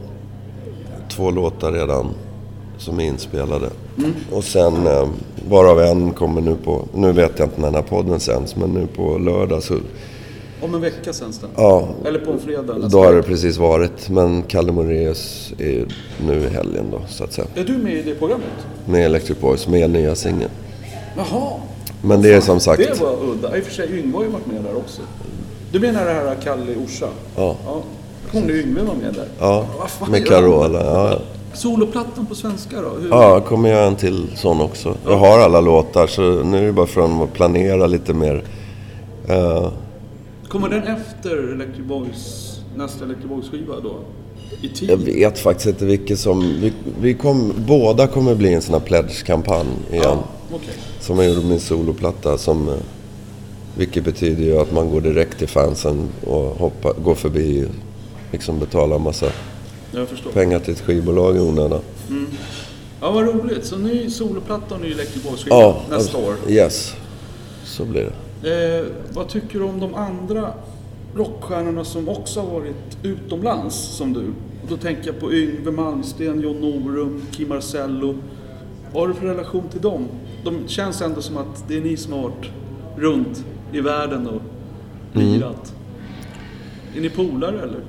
två låtar redan som är inspelade. Mm. Och sen um, varav en kommer nu på... Nu vet jag inte när den här podden sänds, men nu på lördag så... Om en vecka sänds den? Ja. Eller på en fredag? Då har det precis varit. Men Kalle Moraeus är ju nu i helgen då, så att säga. Är du med i det programmet? Med Electric Boys, med nya singeln. Jaha. Men det är som sagt... Det var udda. I och för sig, Yngve har ju varit med där också. Du menar det här Kalle Orsa? Ja. Ja. Hon är Yngve var med där. Ja, med Carola. Ja. Soloplattan på svenska då? Hur... Ja, kommer jag en till sån också. Ja. Jag har alla låtar, så nu är det bara för att planera lite mer. Uh... Kommer den efter Electric Boys, nästa Electric Boys-skiva då? I tid? Jag vet faktiskt inte vilket som... Vi, vi kom, båda kommer bli en sån här pledge-kampanj igen. Ja, okay. Som jag gjorde min soloplatta. Som, vilket betyder ju att man går direkt till fansen och hoppa, går förbi liksom betalar en massa pengar till ett skivbolag i onödan. Mm. Ja, vad roligt. Så ny soloplatta och ny Electric Boys-skiva ja, nästa år. Yes, så blir det. Eh, vad tycker du om de andra rockstjärnorna som också har varit utomlands som du? Då tänker jag på Yngve Malmsteen, John Norum, Kim Marcello. Vad har du för relation till dem? De känns ändå som att det är ni som har varit runt i världen och lirat. Mm. Är ni polare eller?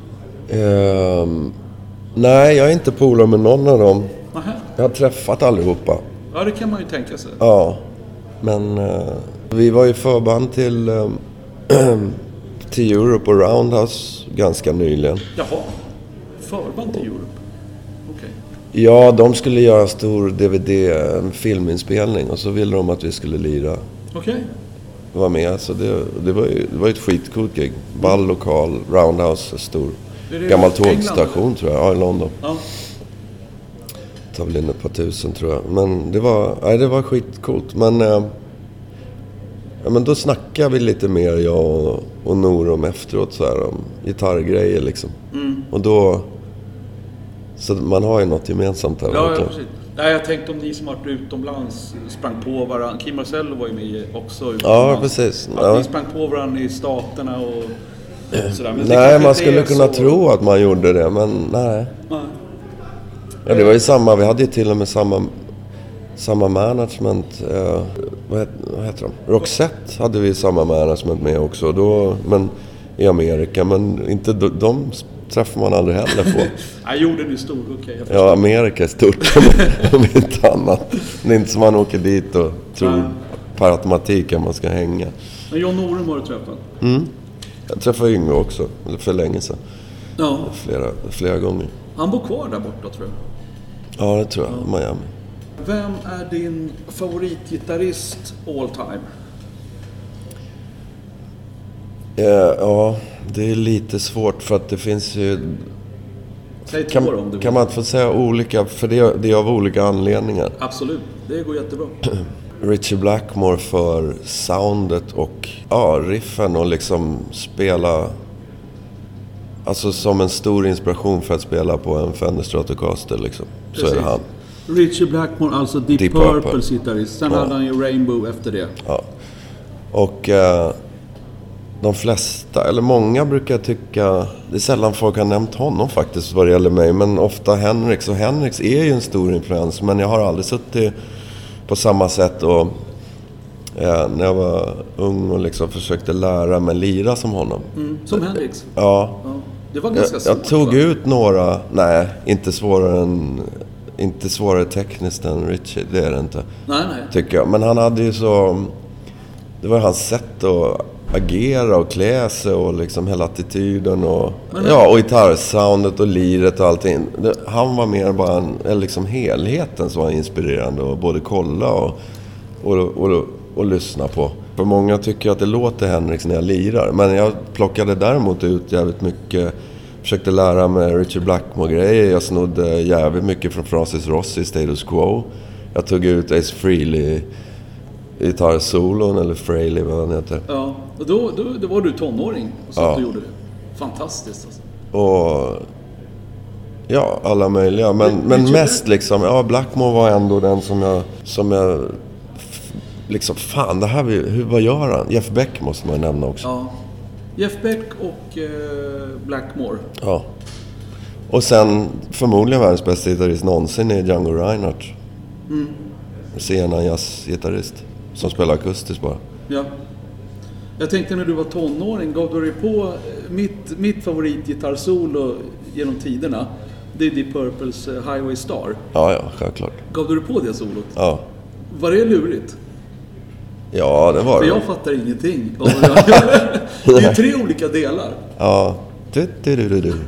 Um, nej, jag är inte polare med någon av dem. Aha. Jag har träffat allihopa. Ja, det kan man ju tänka sig. Ja, men uh, vi var ju förband till, um, till Europe och Roundhouse ganska nyligen. Jaha, förband till Europe? Okej. Okay. Ja, de skulle göra en stor D V D, en filminspelning, och så ville de att vi skulle lira. Okej. Okay. Var med, så det, det var ju det var ett skitcoolt gig. Ball lokal, Roundhouse, stor. Gammal tågstation tror jag, ja, i London. Ja. Tar väl in ett par tusen tror jag. Men det var, nej, det var skitcoolt. Men, äh, ja, men då snackade vi lite mer, jag och, och Norum efteråt så här, om gitarrgrejer liksom. Mm. Och då, Så man har ju något gemensamt här. Ja, ja, precis. Nej, jag tänkte om ni som varit utomlands sprang på varandra. Kim Marcello var ju med också utomlands. Ja, precis. Att ja. ni sprang på varandra i staterna och, och sådär. Men nej, man skulle kunna så... tro att man gjorde det, men nej. nej. Ja, det var ju samma, vi hade ju till och med samma, samma management. Eh, vad, heter, vad heter de? Roxette hade vi samma management med också. Då, men i Amerika, men inte de, de träffar man aldrig heller på. Nej, jorden är stor, okej. Okay, ja, Amerika är stort, om inte annat. Det är inte som man åker dit och tror mm. per automatik att man ska hänga. Men John Norum har du träffat? Mm. Jag träffade Yngve också, för länge sedan. Ja. Flera, flera gånger. Han bor kvar där borta, tror jag. Ja, det tror jag. Ja. Miami. Vem är din favoritgitarrist all time? Ja, ja, det är lite svårt för att det finns ju... Säg två kan, om du kan man inte få säga olika, för det är, det är av olika anledningar. Absolut, det går jättebra. Richie Blackmore för soundet och ja, riffen och liksom spela... Alltså som en stor inspiration för att spela på en Fender Stratocaster liksom. Så Precis. Är det han. Richie Blackmore, alltså Deep, Deep Purples gitarrist. Sen ja. hade han ju Rainbow efter det. Ja. Och eh, de flesta, eller många brukar tycka... Det är sällan folk har nämnt honom faktiskt vad det gäller mig. Men ofta Henriks. Och Henriks är ju en stor influens. Men jag har aldrig suttit på samma sätt och... Ja, när jag var ung och liksom försökte lära mig lira som honom. Mm, som Henriks? Ja. ja. Det var ganska jag, svårt. Jag tog va? ut några... Nej, inte svårare än... Inte svårare tekniskt än Richie, det är det inte. Nej, nej. Tycker jag. Men han hade ju så... Det var hans sätt att agera och klä sig och liksom hela attityden och... Men, ja, och gitarrsoundet och liret och allting. Det, han var mer bara en... Liksom helheten som var inspirerande att både kolla och... och, och, och och lyssna på. För många tycker att det låter Henriks när jag lirar. Men jag plockade däremot ut jävligt mycket. Försökte lära mig Richard Blackmore-grejer. Jag snodde jävligt mycket från Francis Rossi, Status Quo. Jag tog ut Ace Frehley gitarrsolon, eller Frehley, vad han heter. Ja, och då, då, då var du tonåring och så ja. att du gjorde det. Fantastiskt alltså. Och... Ja, alla möjliga. Men, men, men mest liksom... Ja, Blackmore var ändå den som jag... Som jag liksom, fan, det här, hur, vad gör han? Jeff Beck måste man nämna också. Ja. Jeff Beck och eh, Blackmore. Ja. Och sen förmodligen världens bästa gitarrist någonsin är Django Reinhardt. Mm. Sena jazzgitarrist som spelar akustiskt bara. Ja. Jag tänkte när du var tonåring, gav du dig på mitt, mitt favoritgitarrsolo genom tiderna. Det är Deep Purples Highway Star. Ja, ja, självklart. Gav du dig på det solot? Ja. Var det lurigt? Ja, det var För det. jag fattar ingenting. Det är tre olika delar. Ja. Du, du, du, du.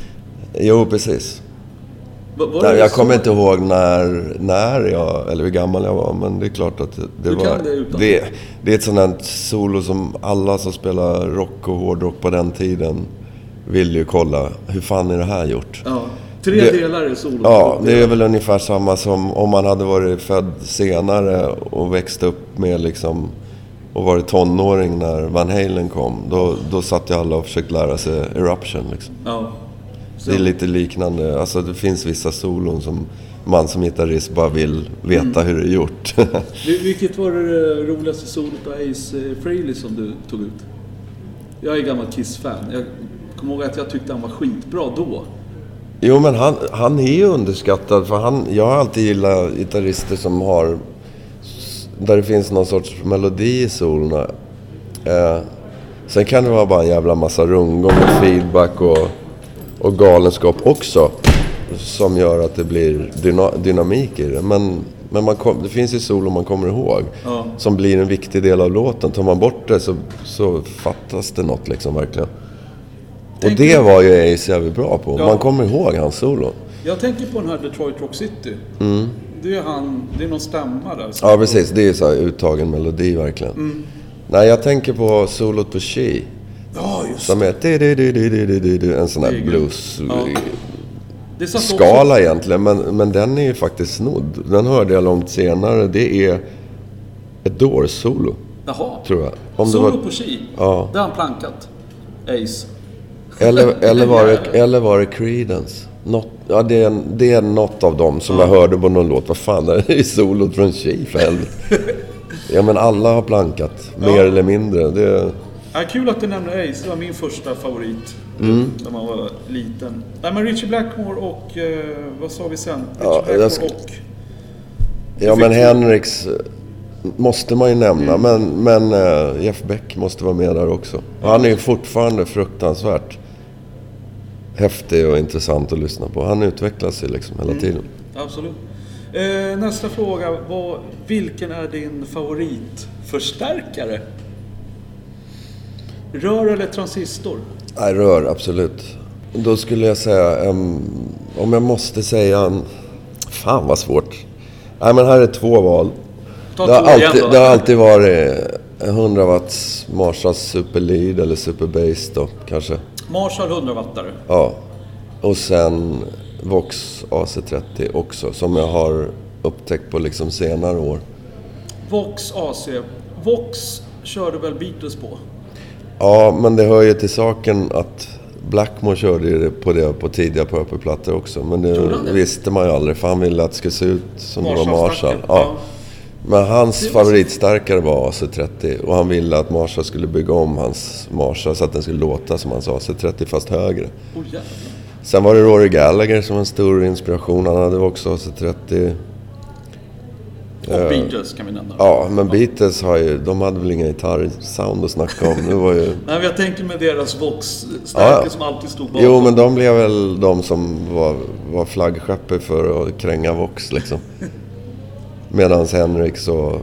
Jo, precis. Va, Nej, jag kommer inte ihåg när, när jag, eller hur gammal jag var, men det är klart att det, det var... Det, det, det är ett sånt här solo som alla som spelar rock och hårdrock på den tiden vill ju kolla. Hur fan är det här gjort? Ja. Tre det, delar är solo. Ja, det är väl ungefär samma som om man hade varit född senare och växt upp med liksom och varit tonåring när Van Halen kom. Då, då satt ju alla och försökte lära sig Eruption liksom. Ja. Det är lite liknande. Alltså det finns vissa solon som man som gitarrist bara vill veta mm. hur det är gjort. Vilket var det roligaste solot av Ace Frehley som du tog ut? Jag är gammal Kiss-fan. Jag kommer ihåg att jag tyckte han var skitbra då. Jo, men han, han är ju underskattad. För han, jag har alltid gillat gitarrister som har... Där det finns någon sorts melodi i solorna. Eh, sen kan det vara bara en jävla massa rundgång och feedback och, och galenskap också. Som gör att det blir dyna, dynamik i det. Men, men man kom, det finns ju solo man kommer ihåg. Ja. Som blir en viktig del av låten. Tar man bort det så, så fattas det något liksom verkligen. Och det var ju Ace jävligt bra på. Ja. Man kommer ihåg hans solo. Jag tänker på den här Detroit Rock City. Mm. Det är han, det är någon stämma där. Ja, precis. Det är så här uttagen melodi verkligen. Mm. Nej, jag tänker på solot på She. Ja, just som är du, du, du, du, du, du, du, en sån här blues ja. det skala också egentligen. Men, men den är ju faktiskt snodd. Den hörde jag långt senare. Det är ett Doors-solo. Jaha. Tror jag. Om solo det var... på She? Ja. Det har han plankat. Ace. Eller, eller, var det, eller var det Creedence? Något, Ja, det är, det är något av dem som ja. jag hörde på någon låt. Vad fan, det är solot från Chi för helvete. Ja, men alla har plankat, mer ja. eller mindre. Det är... Ja, kul att du nämner Ace, det var min första favorit mm. när man var liten. Nej, men Ritchie Blackmore och, eh, vad sa vi sen? Ritchie ja, jag ska... och... Ja, men Hendrix måste man ju nämna, mm. men, men uh, Jeff Beck måste vara med där också. Han är ju fortfarande fruktansvärt häftig och intressant att lyssna på. Han utvecklar sig liksom hela mm. tiden. Absolut. Eh, nästa fråga var, vilken är din favoritförstärkare? Rör eller transistor? Nej, rör, absolut. Då skulle jag säga, um, om jag måste säga en... Fan vad svårt. Nej, men här är två val. Ta det, har två alltid, igen då. det har alltid varit hundra watts Marshall Super Lead eller Super Bass då, kanske. Marshall hundra wattare. Ja. Och sen Vox A C trettio också, som jag har upptäckt på liksom senare år. Vox A C. Vox körde väl Beatles på? Ja, men det hör ju till saken att Blackmore körde ju på det på tidiga Purple-plattor också. Men det, det visste man ju aldrig, för han ville att det skulle se ut som Marshall det var Marshall. Ja. Ja. Men hans favoritstärkare var A C trettio, och han ville att Marshall skulle bygga om hans Marshall så att den skulle låta som hans A C trettio fast högre. Oh, jävlar. Sen var det Rory Gallagher som en stor inspiration. Han hade också A C trettio. Och uh, Beatles kan vi nämna. Ja, men Beatles har ju, de hade väl inga gitarrsound att snacka om. Det var ju... Nej, men jag tänker med deras Vox-stärkare ja. som alltid stod bakom. Jo, men de blev väl de som var, var flaggskeppar för att kränga Vox liksom. Medan Hendrix och,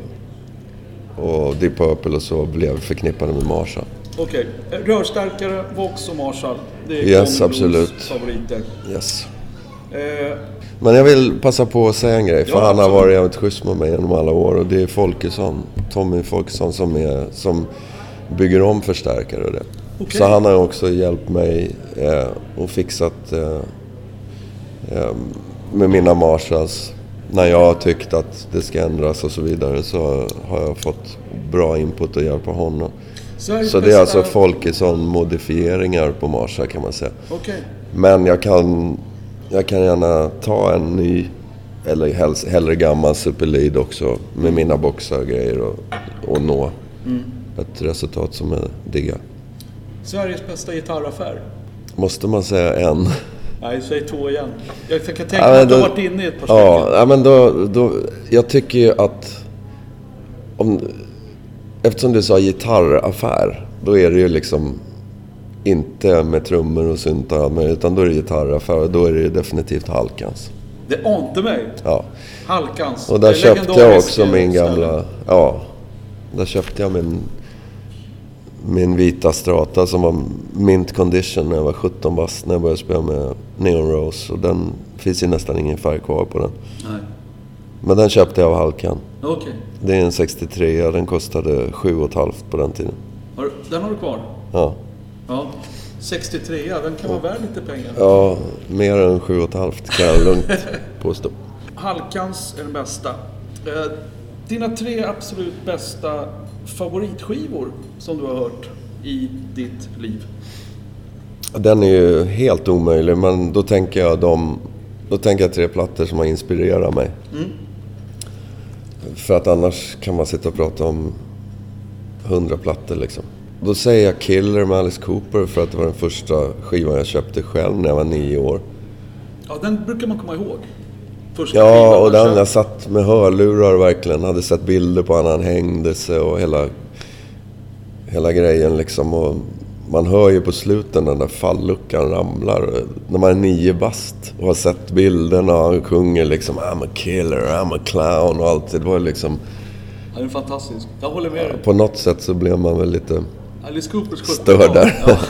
och Deep Purple och så blev förknippade med Marshall. Okej, okay. Rörstärkare, Vox och Marshall. Det är yes, absolut. favoriter. Yes. Eh. Men jag vill passa på att säga en grej. För ja, han absolut. har varit jävligt schysst med mig genom alla år. Och det är Folkesson, Tommy Folkesson som, är, som bygger om förstärkare och det. Okay. Så han har också hjälpt mig eh, och fixat eh, eh, med mina Marshalls. När jag har tyckt att det ska ändras och så vidare, så har jag fått bra input och hjälp av honom. Så, så det är alltså Folkesson-modifieringar på Marshall kan man säga. Okay. Men jag kan, jag kan gärna ta en ny, eller helst, hellre gammal Super Lead också med mina boxar och grejer och, och nå mm. ett resultat som är digga. Sveriges bästa gitarraffär? Måste man säga en? Nej, säg två igen. Jag kan tänka ja, att du har varit inne i ett par stycken. Ja, ja, men då, då... Jag tycker ju att... Om, eftersom du sa gitarraffär, då är det ju liksom inte med trummor och syntar, utan då är det gitarraffär, och då är det ju definitivt Halkans. Det ante mig. Ja. Halkans. Och där köpte jag också min gamla... Ja, där köpte jag min... Min vita Strata som var mint condition när jag var sjutton bast, när jag började spela med Neon Rose. Och den finns ju nästan ingen färg kvar på den. Nej. Men den köpte jag av Halkan. Okay. Det är en sextiotre, den kostade sju och ett halvt på den tiden. Har du, den har du kvar? Ja. Ja. sextiotre, den kan vara värd lite pengar. Ja, mer än sju och ett halvt kan jag lugnt påstå. Halkans är den bästa. Eh, dina tre absolut bästa favoritskivor som du har hört i ditt liv? Den är ju helt omöjlig, men då tänker jag de, då tänker jag tre plattor som har inspirerat mig. Mm. För att annars kan man sitta och prata om hundra plattor liksom. Då säger jag Killer med Alice Cooper, för att det var den första skivan jag köpte själv när jag var nio år. Ja, den brukar man komma ihåg. Första ja, och den jag satt med hörlurar verkligen. Hade sett bilder på när han hängde sig och hela, hela grejen liksom. Och man hör ju på slutet den där falluckan ramlar. När man är nio bast och har sett bilderna och han sjunger liksom I'm a killer, I'm a clown och allt. Det var liksom... Ja, det är fantastiskt. Jag håller med dig. På något sätt så blev man väl lite Alice Coopers störd där. Ja.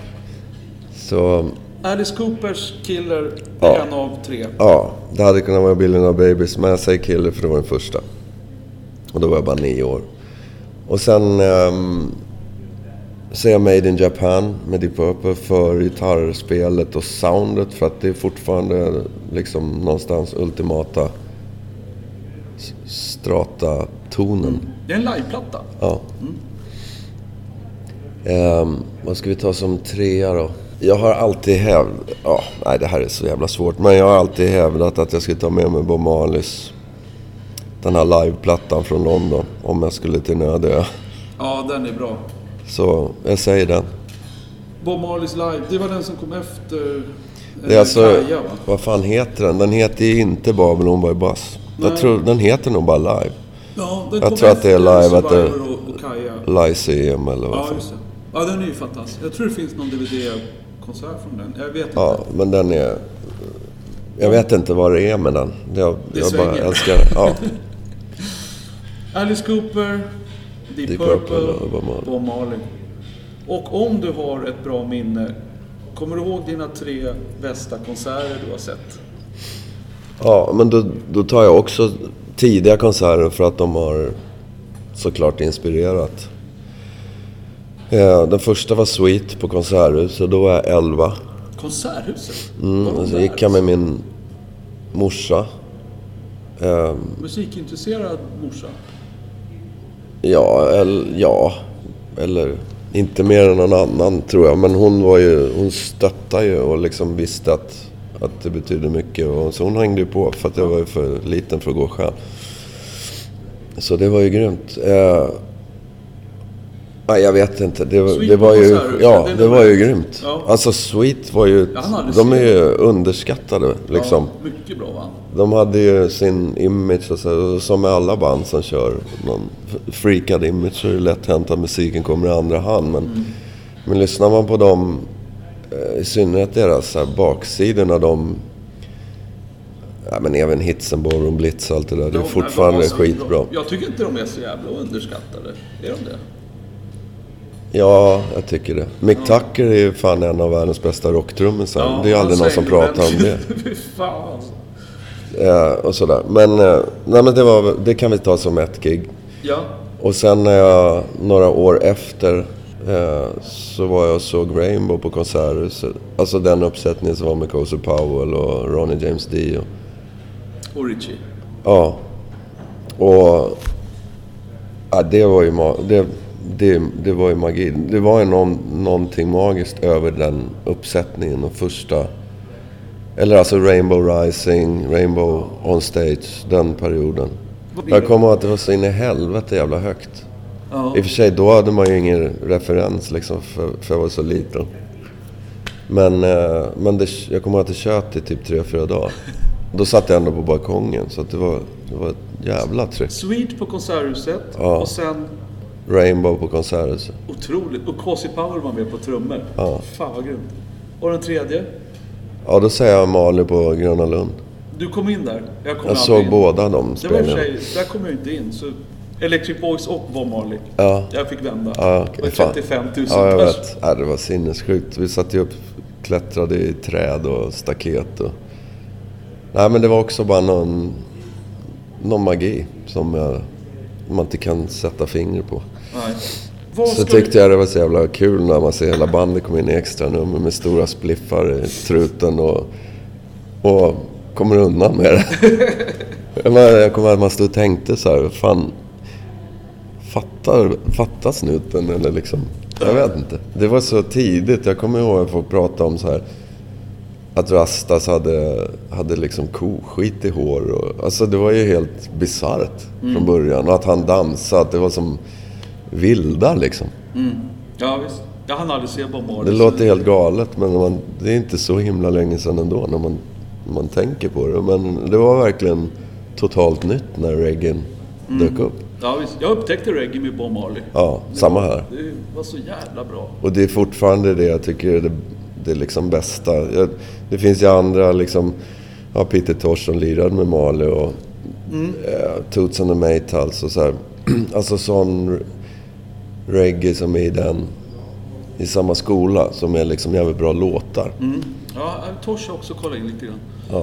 Så... Alice Coopers Killer är ja. en av tre. Ja, det hade kunnat vara Billion of Babies, men jag säger Killer för det var den första. Och då var jag bara nio år. Och sen um, säger jag Made in Japan med Deep Purple för gitarrspelet och soundet, för att det är fortfarande liksom någonstans ultimata strata-tonen. Mm. Det är en liveplatta. Ja. Mm. Um, vad ska vi ta som trea då? Jag har alltid hävdat... Ja, nej, det här är så jävla svårt. Men jag har alltid hävdat att jag skulle ta med mig Bob Marleys... Den här liveplattan från London. Om jag skulle till Nödö. Ja, den är bra. Så jag säger den. Bob Marleys live, det var den som kom efter... Det är alltså... Kaja, va? Vad fan heter den? Den heter ju inte Babylon by Bus. Jag tror, den heter nog bara Live. Ja, den jag kom tror att det är Live. Att det är och, och Kaja. Lyceum eller vad Ja, fan. just det. Ja, den är ju fantastisk. Jag tror det finns någon D V D-konsert från den. Jag vet inte. Ja, men den är... Jag vet inte vad det är med den. Jag, det jag svänger. bara älskar ja. Alice Cooper, Deep, Deep Purple, Purple och Bob Marley. Bob Marley. Och om du har ett bra minne, kommer du ihåg dina tre bästa konserter du har sett? Ja, men då, då tar jag också tidiga konserter för att de har såklart inspirerat. Ja, den första var Sweet på Konserthuset, då var jag elva. Konserthuset? Mm, och så gick jag med min morsa. Um, Musikintresserad morsa? Ja, eller, ja, eller inte mer än någon annan tror jag. Men hon var ju, hon stöttade ju och liksom visste att, att det betyder mycket. Och så hon hängde ju på för att jag var ju för liten för att gå själv. Så det var ju grymt. Eh, nej, jag vet inte. Det, var, det var ju, ja, det var ju grymt. Ja. Alltså Sweet var ju, de är ju underskattade liksom. Ja, mycket bra va? De hade ju sin image, alltså, som med alla band som kör någon freakad image, så är det lätt hänt att musiken kommer i andra hand. Men, mm. men lyssnar man på dem, i synnerhet deras här baksidor när de, ja men även Hitsen, Ballroom Blitz, allt det där, de, det är fortfarande de skitbra. Bra. Jag tycker inte de är så jävla underskattade, är de det? Ja, jag tycker det. Mick ja. Tucker är ju fan en av världens bästa rocktrummisar. Ja, det är aldrig någon som pratar om det. Fan. Ja, och sådär. Men, nej, men det, var, det kan vi ta som ett gig. Ja. Och sen när jag, några år efter, eh, så var jag och såg Rainbow på Konserthuset. Alltså den uppsättningen som var med Cozy Powell och Ronnie James Dio. Och Richie. Ja. Och ja, det var ju det, det, det var ju magi. Det var ju någon, någonting magiskt över den uppsättningen och första... Eller alltså Rainbow Rising, Rainbow on Stage, den perioden. Jag kommer ihåg att det var så in i helvete jävla högt. Ja. I och för sig, då hade man ju ingen referens liksom, för, för jag var så liten. Men, eh, men det, jag kommer ihåg att det tjöt i typ tre, fyra dagar. Då satt jag ändå på balkongen, så att det var, det var ett jävla tryck. Sweet på Konserthuset, ja. Och sen... Rainbow på Konserthuset. Otroligt. Och Cozy Powell var med på trummor. Ja. Fan vad grymt. Och den tredje? Ja, då säger jag Marley på Gröna Lund. Du kom in där? Jag, kom jag såg in. Båda de spelningarna. Det var i och för sig, där kom jag inte in. Så Electric Boys och Bob Marley. Ja. Jag fick vända. Ja, okay. Det var trettiofem tusen ja, jag pers. vet. Ja, det var sinnessjukt. Vi satt ju upp, klättrade i träd och staket. Och... Nej, men det var också bara någon, någon magi som jag, man inte kan sätta finger på. Nej. Så tyckte jag det var så jävla kul när man ser hela bandet komma in i extra nummer med stora spliffar i truten och, och kommer undan med det. Jag kommer att man stod och tänkte så här, fan, fattar, fattar snuten eller liksom, jag vet inte. Det var så tidigt, jag kommer ihåg att folk pratade om så här, att Rastas hade, hade liksom koskit i hår. Och, alltså det var ju helt bizarrt mm. från början. Och att han dansade, att det var som vilda liksom. Mm. Ja visst. Jag hann aldrig se Bob Marley. Det låter helt galet, men man, det är inte så himla länge sedan ändå när man, man tänker på det. Men det var verkligen totalt nytt när reggae mm. dök upp. Ja visst. Jag upptäckte reggae med Bob Marley. Ja, det samma var, här. Det var så jävla bra. Och det är fortfarande det jag tycker är det, det är liksom bästa. Jag, det finns ju andra liksom, ja, Peter Tosh som lirade med Marley och mm. eh, Toots and the Maytals och så här. Alltså sån reggae som är i den i samma skola som är liksom jävligt bra låtar. Mm. Ja, Tosh har också kollat in lite grann. Ja.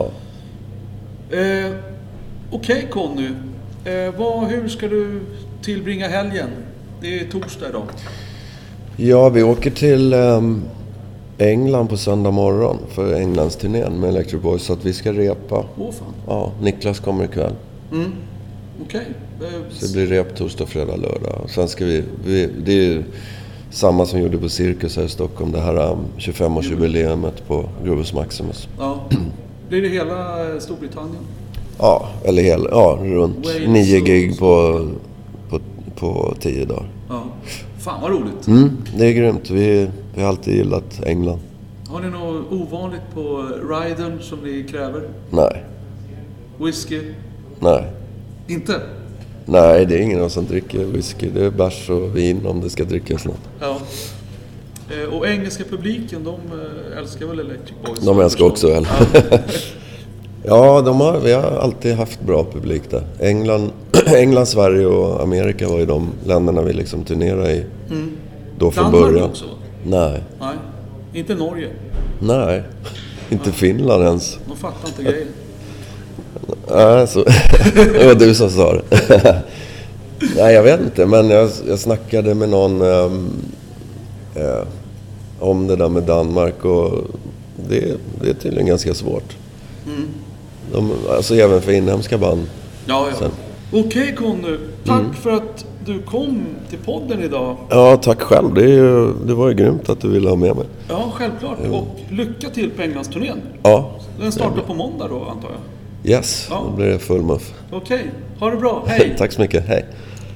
Eh, Okej okay, Conny, eh, vad, hur ska du tillbringa helgen? Det är torsdag idag. Ja, vi åker till um, England på söndag morgon för Englands turnén med Electric Boys, så att vi ska repa. Åh fan. Ja, Niklas kommer ikväll. Mm. Okej. Okay. Så det blir rep torsdag, fredag, lördag. Sen ska vi, vi det är Samma som gjorde på Cirkus här i Stockholm. Det här um, tjugofem-årsjubileumet på Gruvus Maximus. Ja. Blir det hela Storbritannien? Ja, eller hela, ja, runt Wales nio och- gig på, på, på tio dagar. Ja. Fan vad roligt. Mm, det är grymt. Vi, vi har alltid gillat England. Har ni något ovanligt på ridern som ni kräver? Nej, Whisky? nej. Inte? Nej, det är ingen av oss som dricker whisky. Det är bärs och vin om det ska drickas något. Ja. Eh, Och engelska publiken, de eh, älskar väl Electric Boys? De älskar också öl. Ja. Ja, de har, vi har alltid haft bra publik där. England, England, Sverige och Amerika var ju de länderna vi liksom turnerade i. Mm. Då från Danmark början. också? Nej, Nej, inte Norge. nej. Inte Finland ens. De fattar inte grejen. Nej, så... det var du som sa det. Nej, jag vet inte. Men jag, jag snackade med någon um, eh, om det där med Danmark. Och det, det är tydligen ganska svårt. Mm. De, alltså även för inhemska band. Ja, ja. Sen. Okej Conny, tack Mm. för att du kom till podden idag. Ja, tack själv. Det, är ju, det var ju grymt att du ville ha med mig. Ja, självklart. Och lycka till på Englandsturnén. Ja, Den startar på måndag då, antar jag. yes. Ja. Då blir det full muff. Okej, ha det bra. Hej! Tack så mycket. Hej.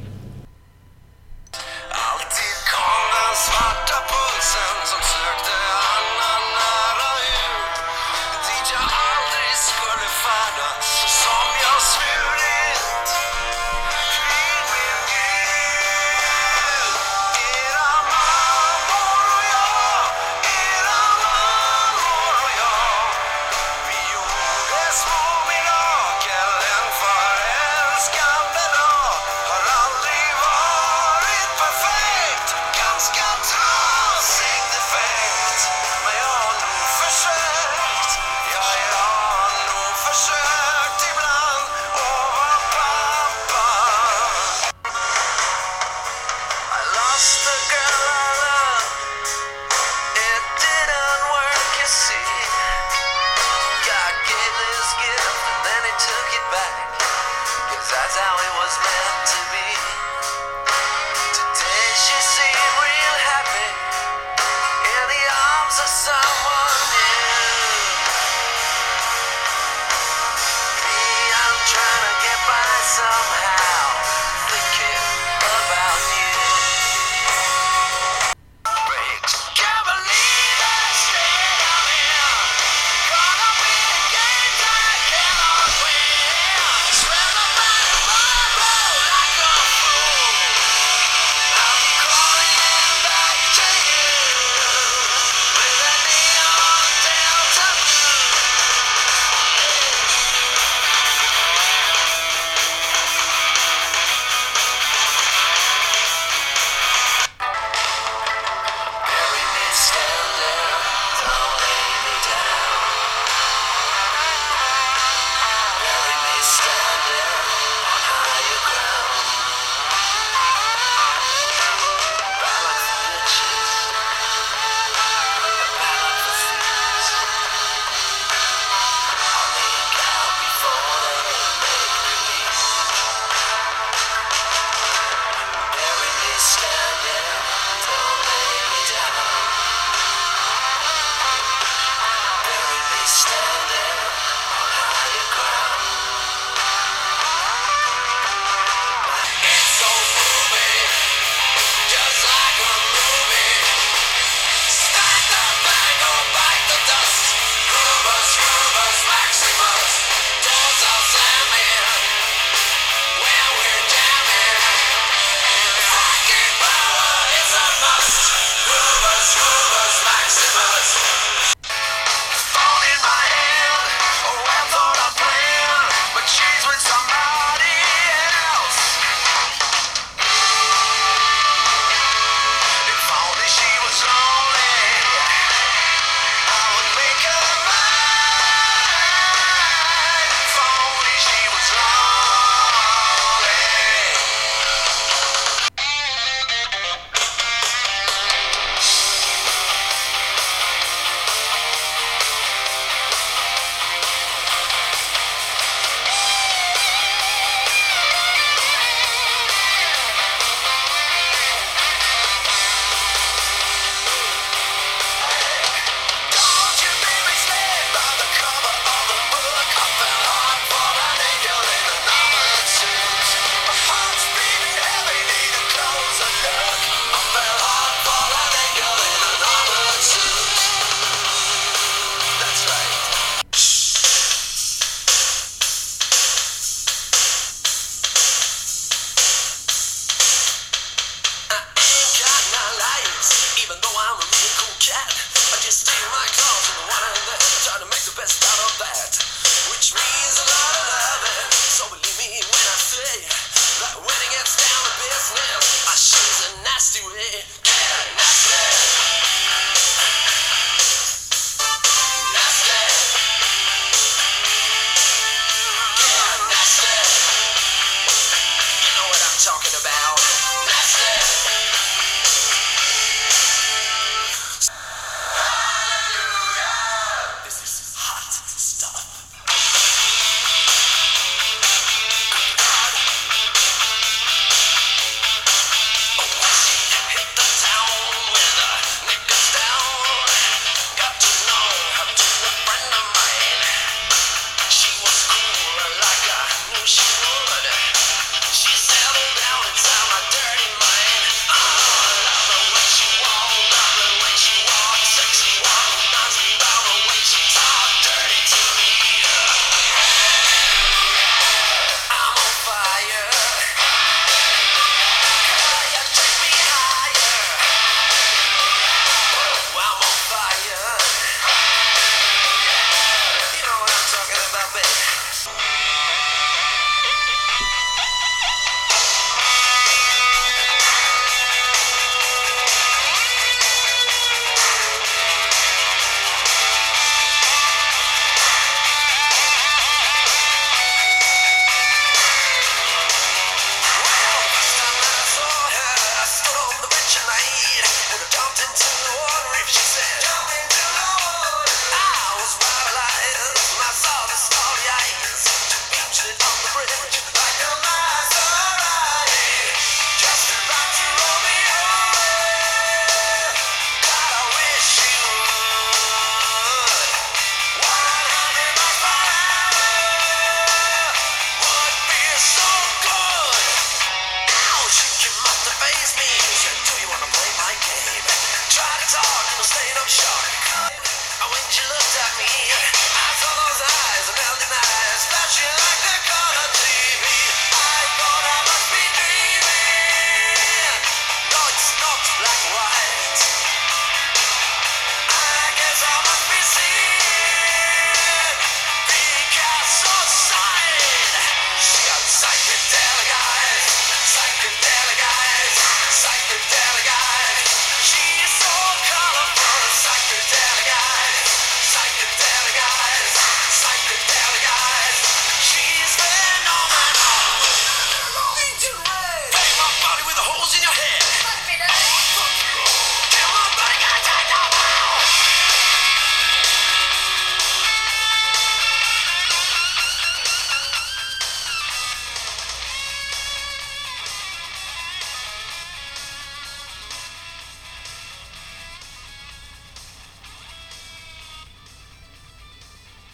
Alltid kom den svarta pulsen som sökte annan nära ut. Dit jag aldrig skulle färdas som jag svurit vid min Gud. Era mammor och jag, era mammor och jag. Vi gjorde små mirakel en förälskande dag. Har aldrig varit perfekt, ganska trasig defekt. Men jag har nog försökt, ja jag har nog försökt ibland att vara pappa. I lost the girl I loved, it didn't work you see. God gave this gift and then he took it back, 'cause that's how it was meant to be. Today she seemed real happy in the arms of someone new. Me, I'm trying to get by somehow.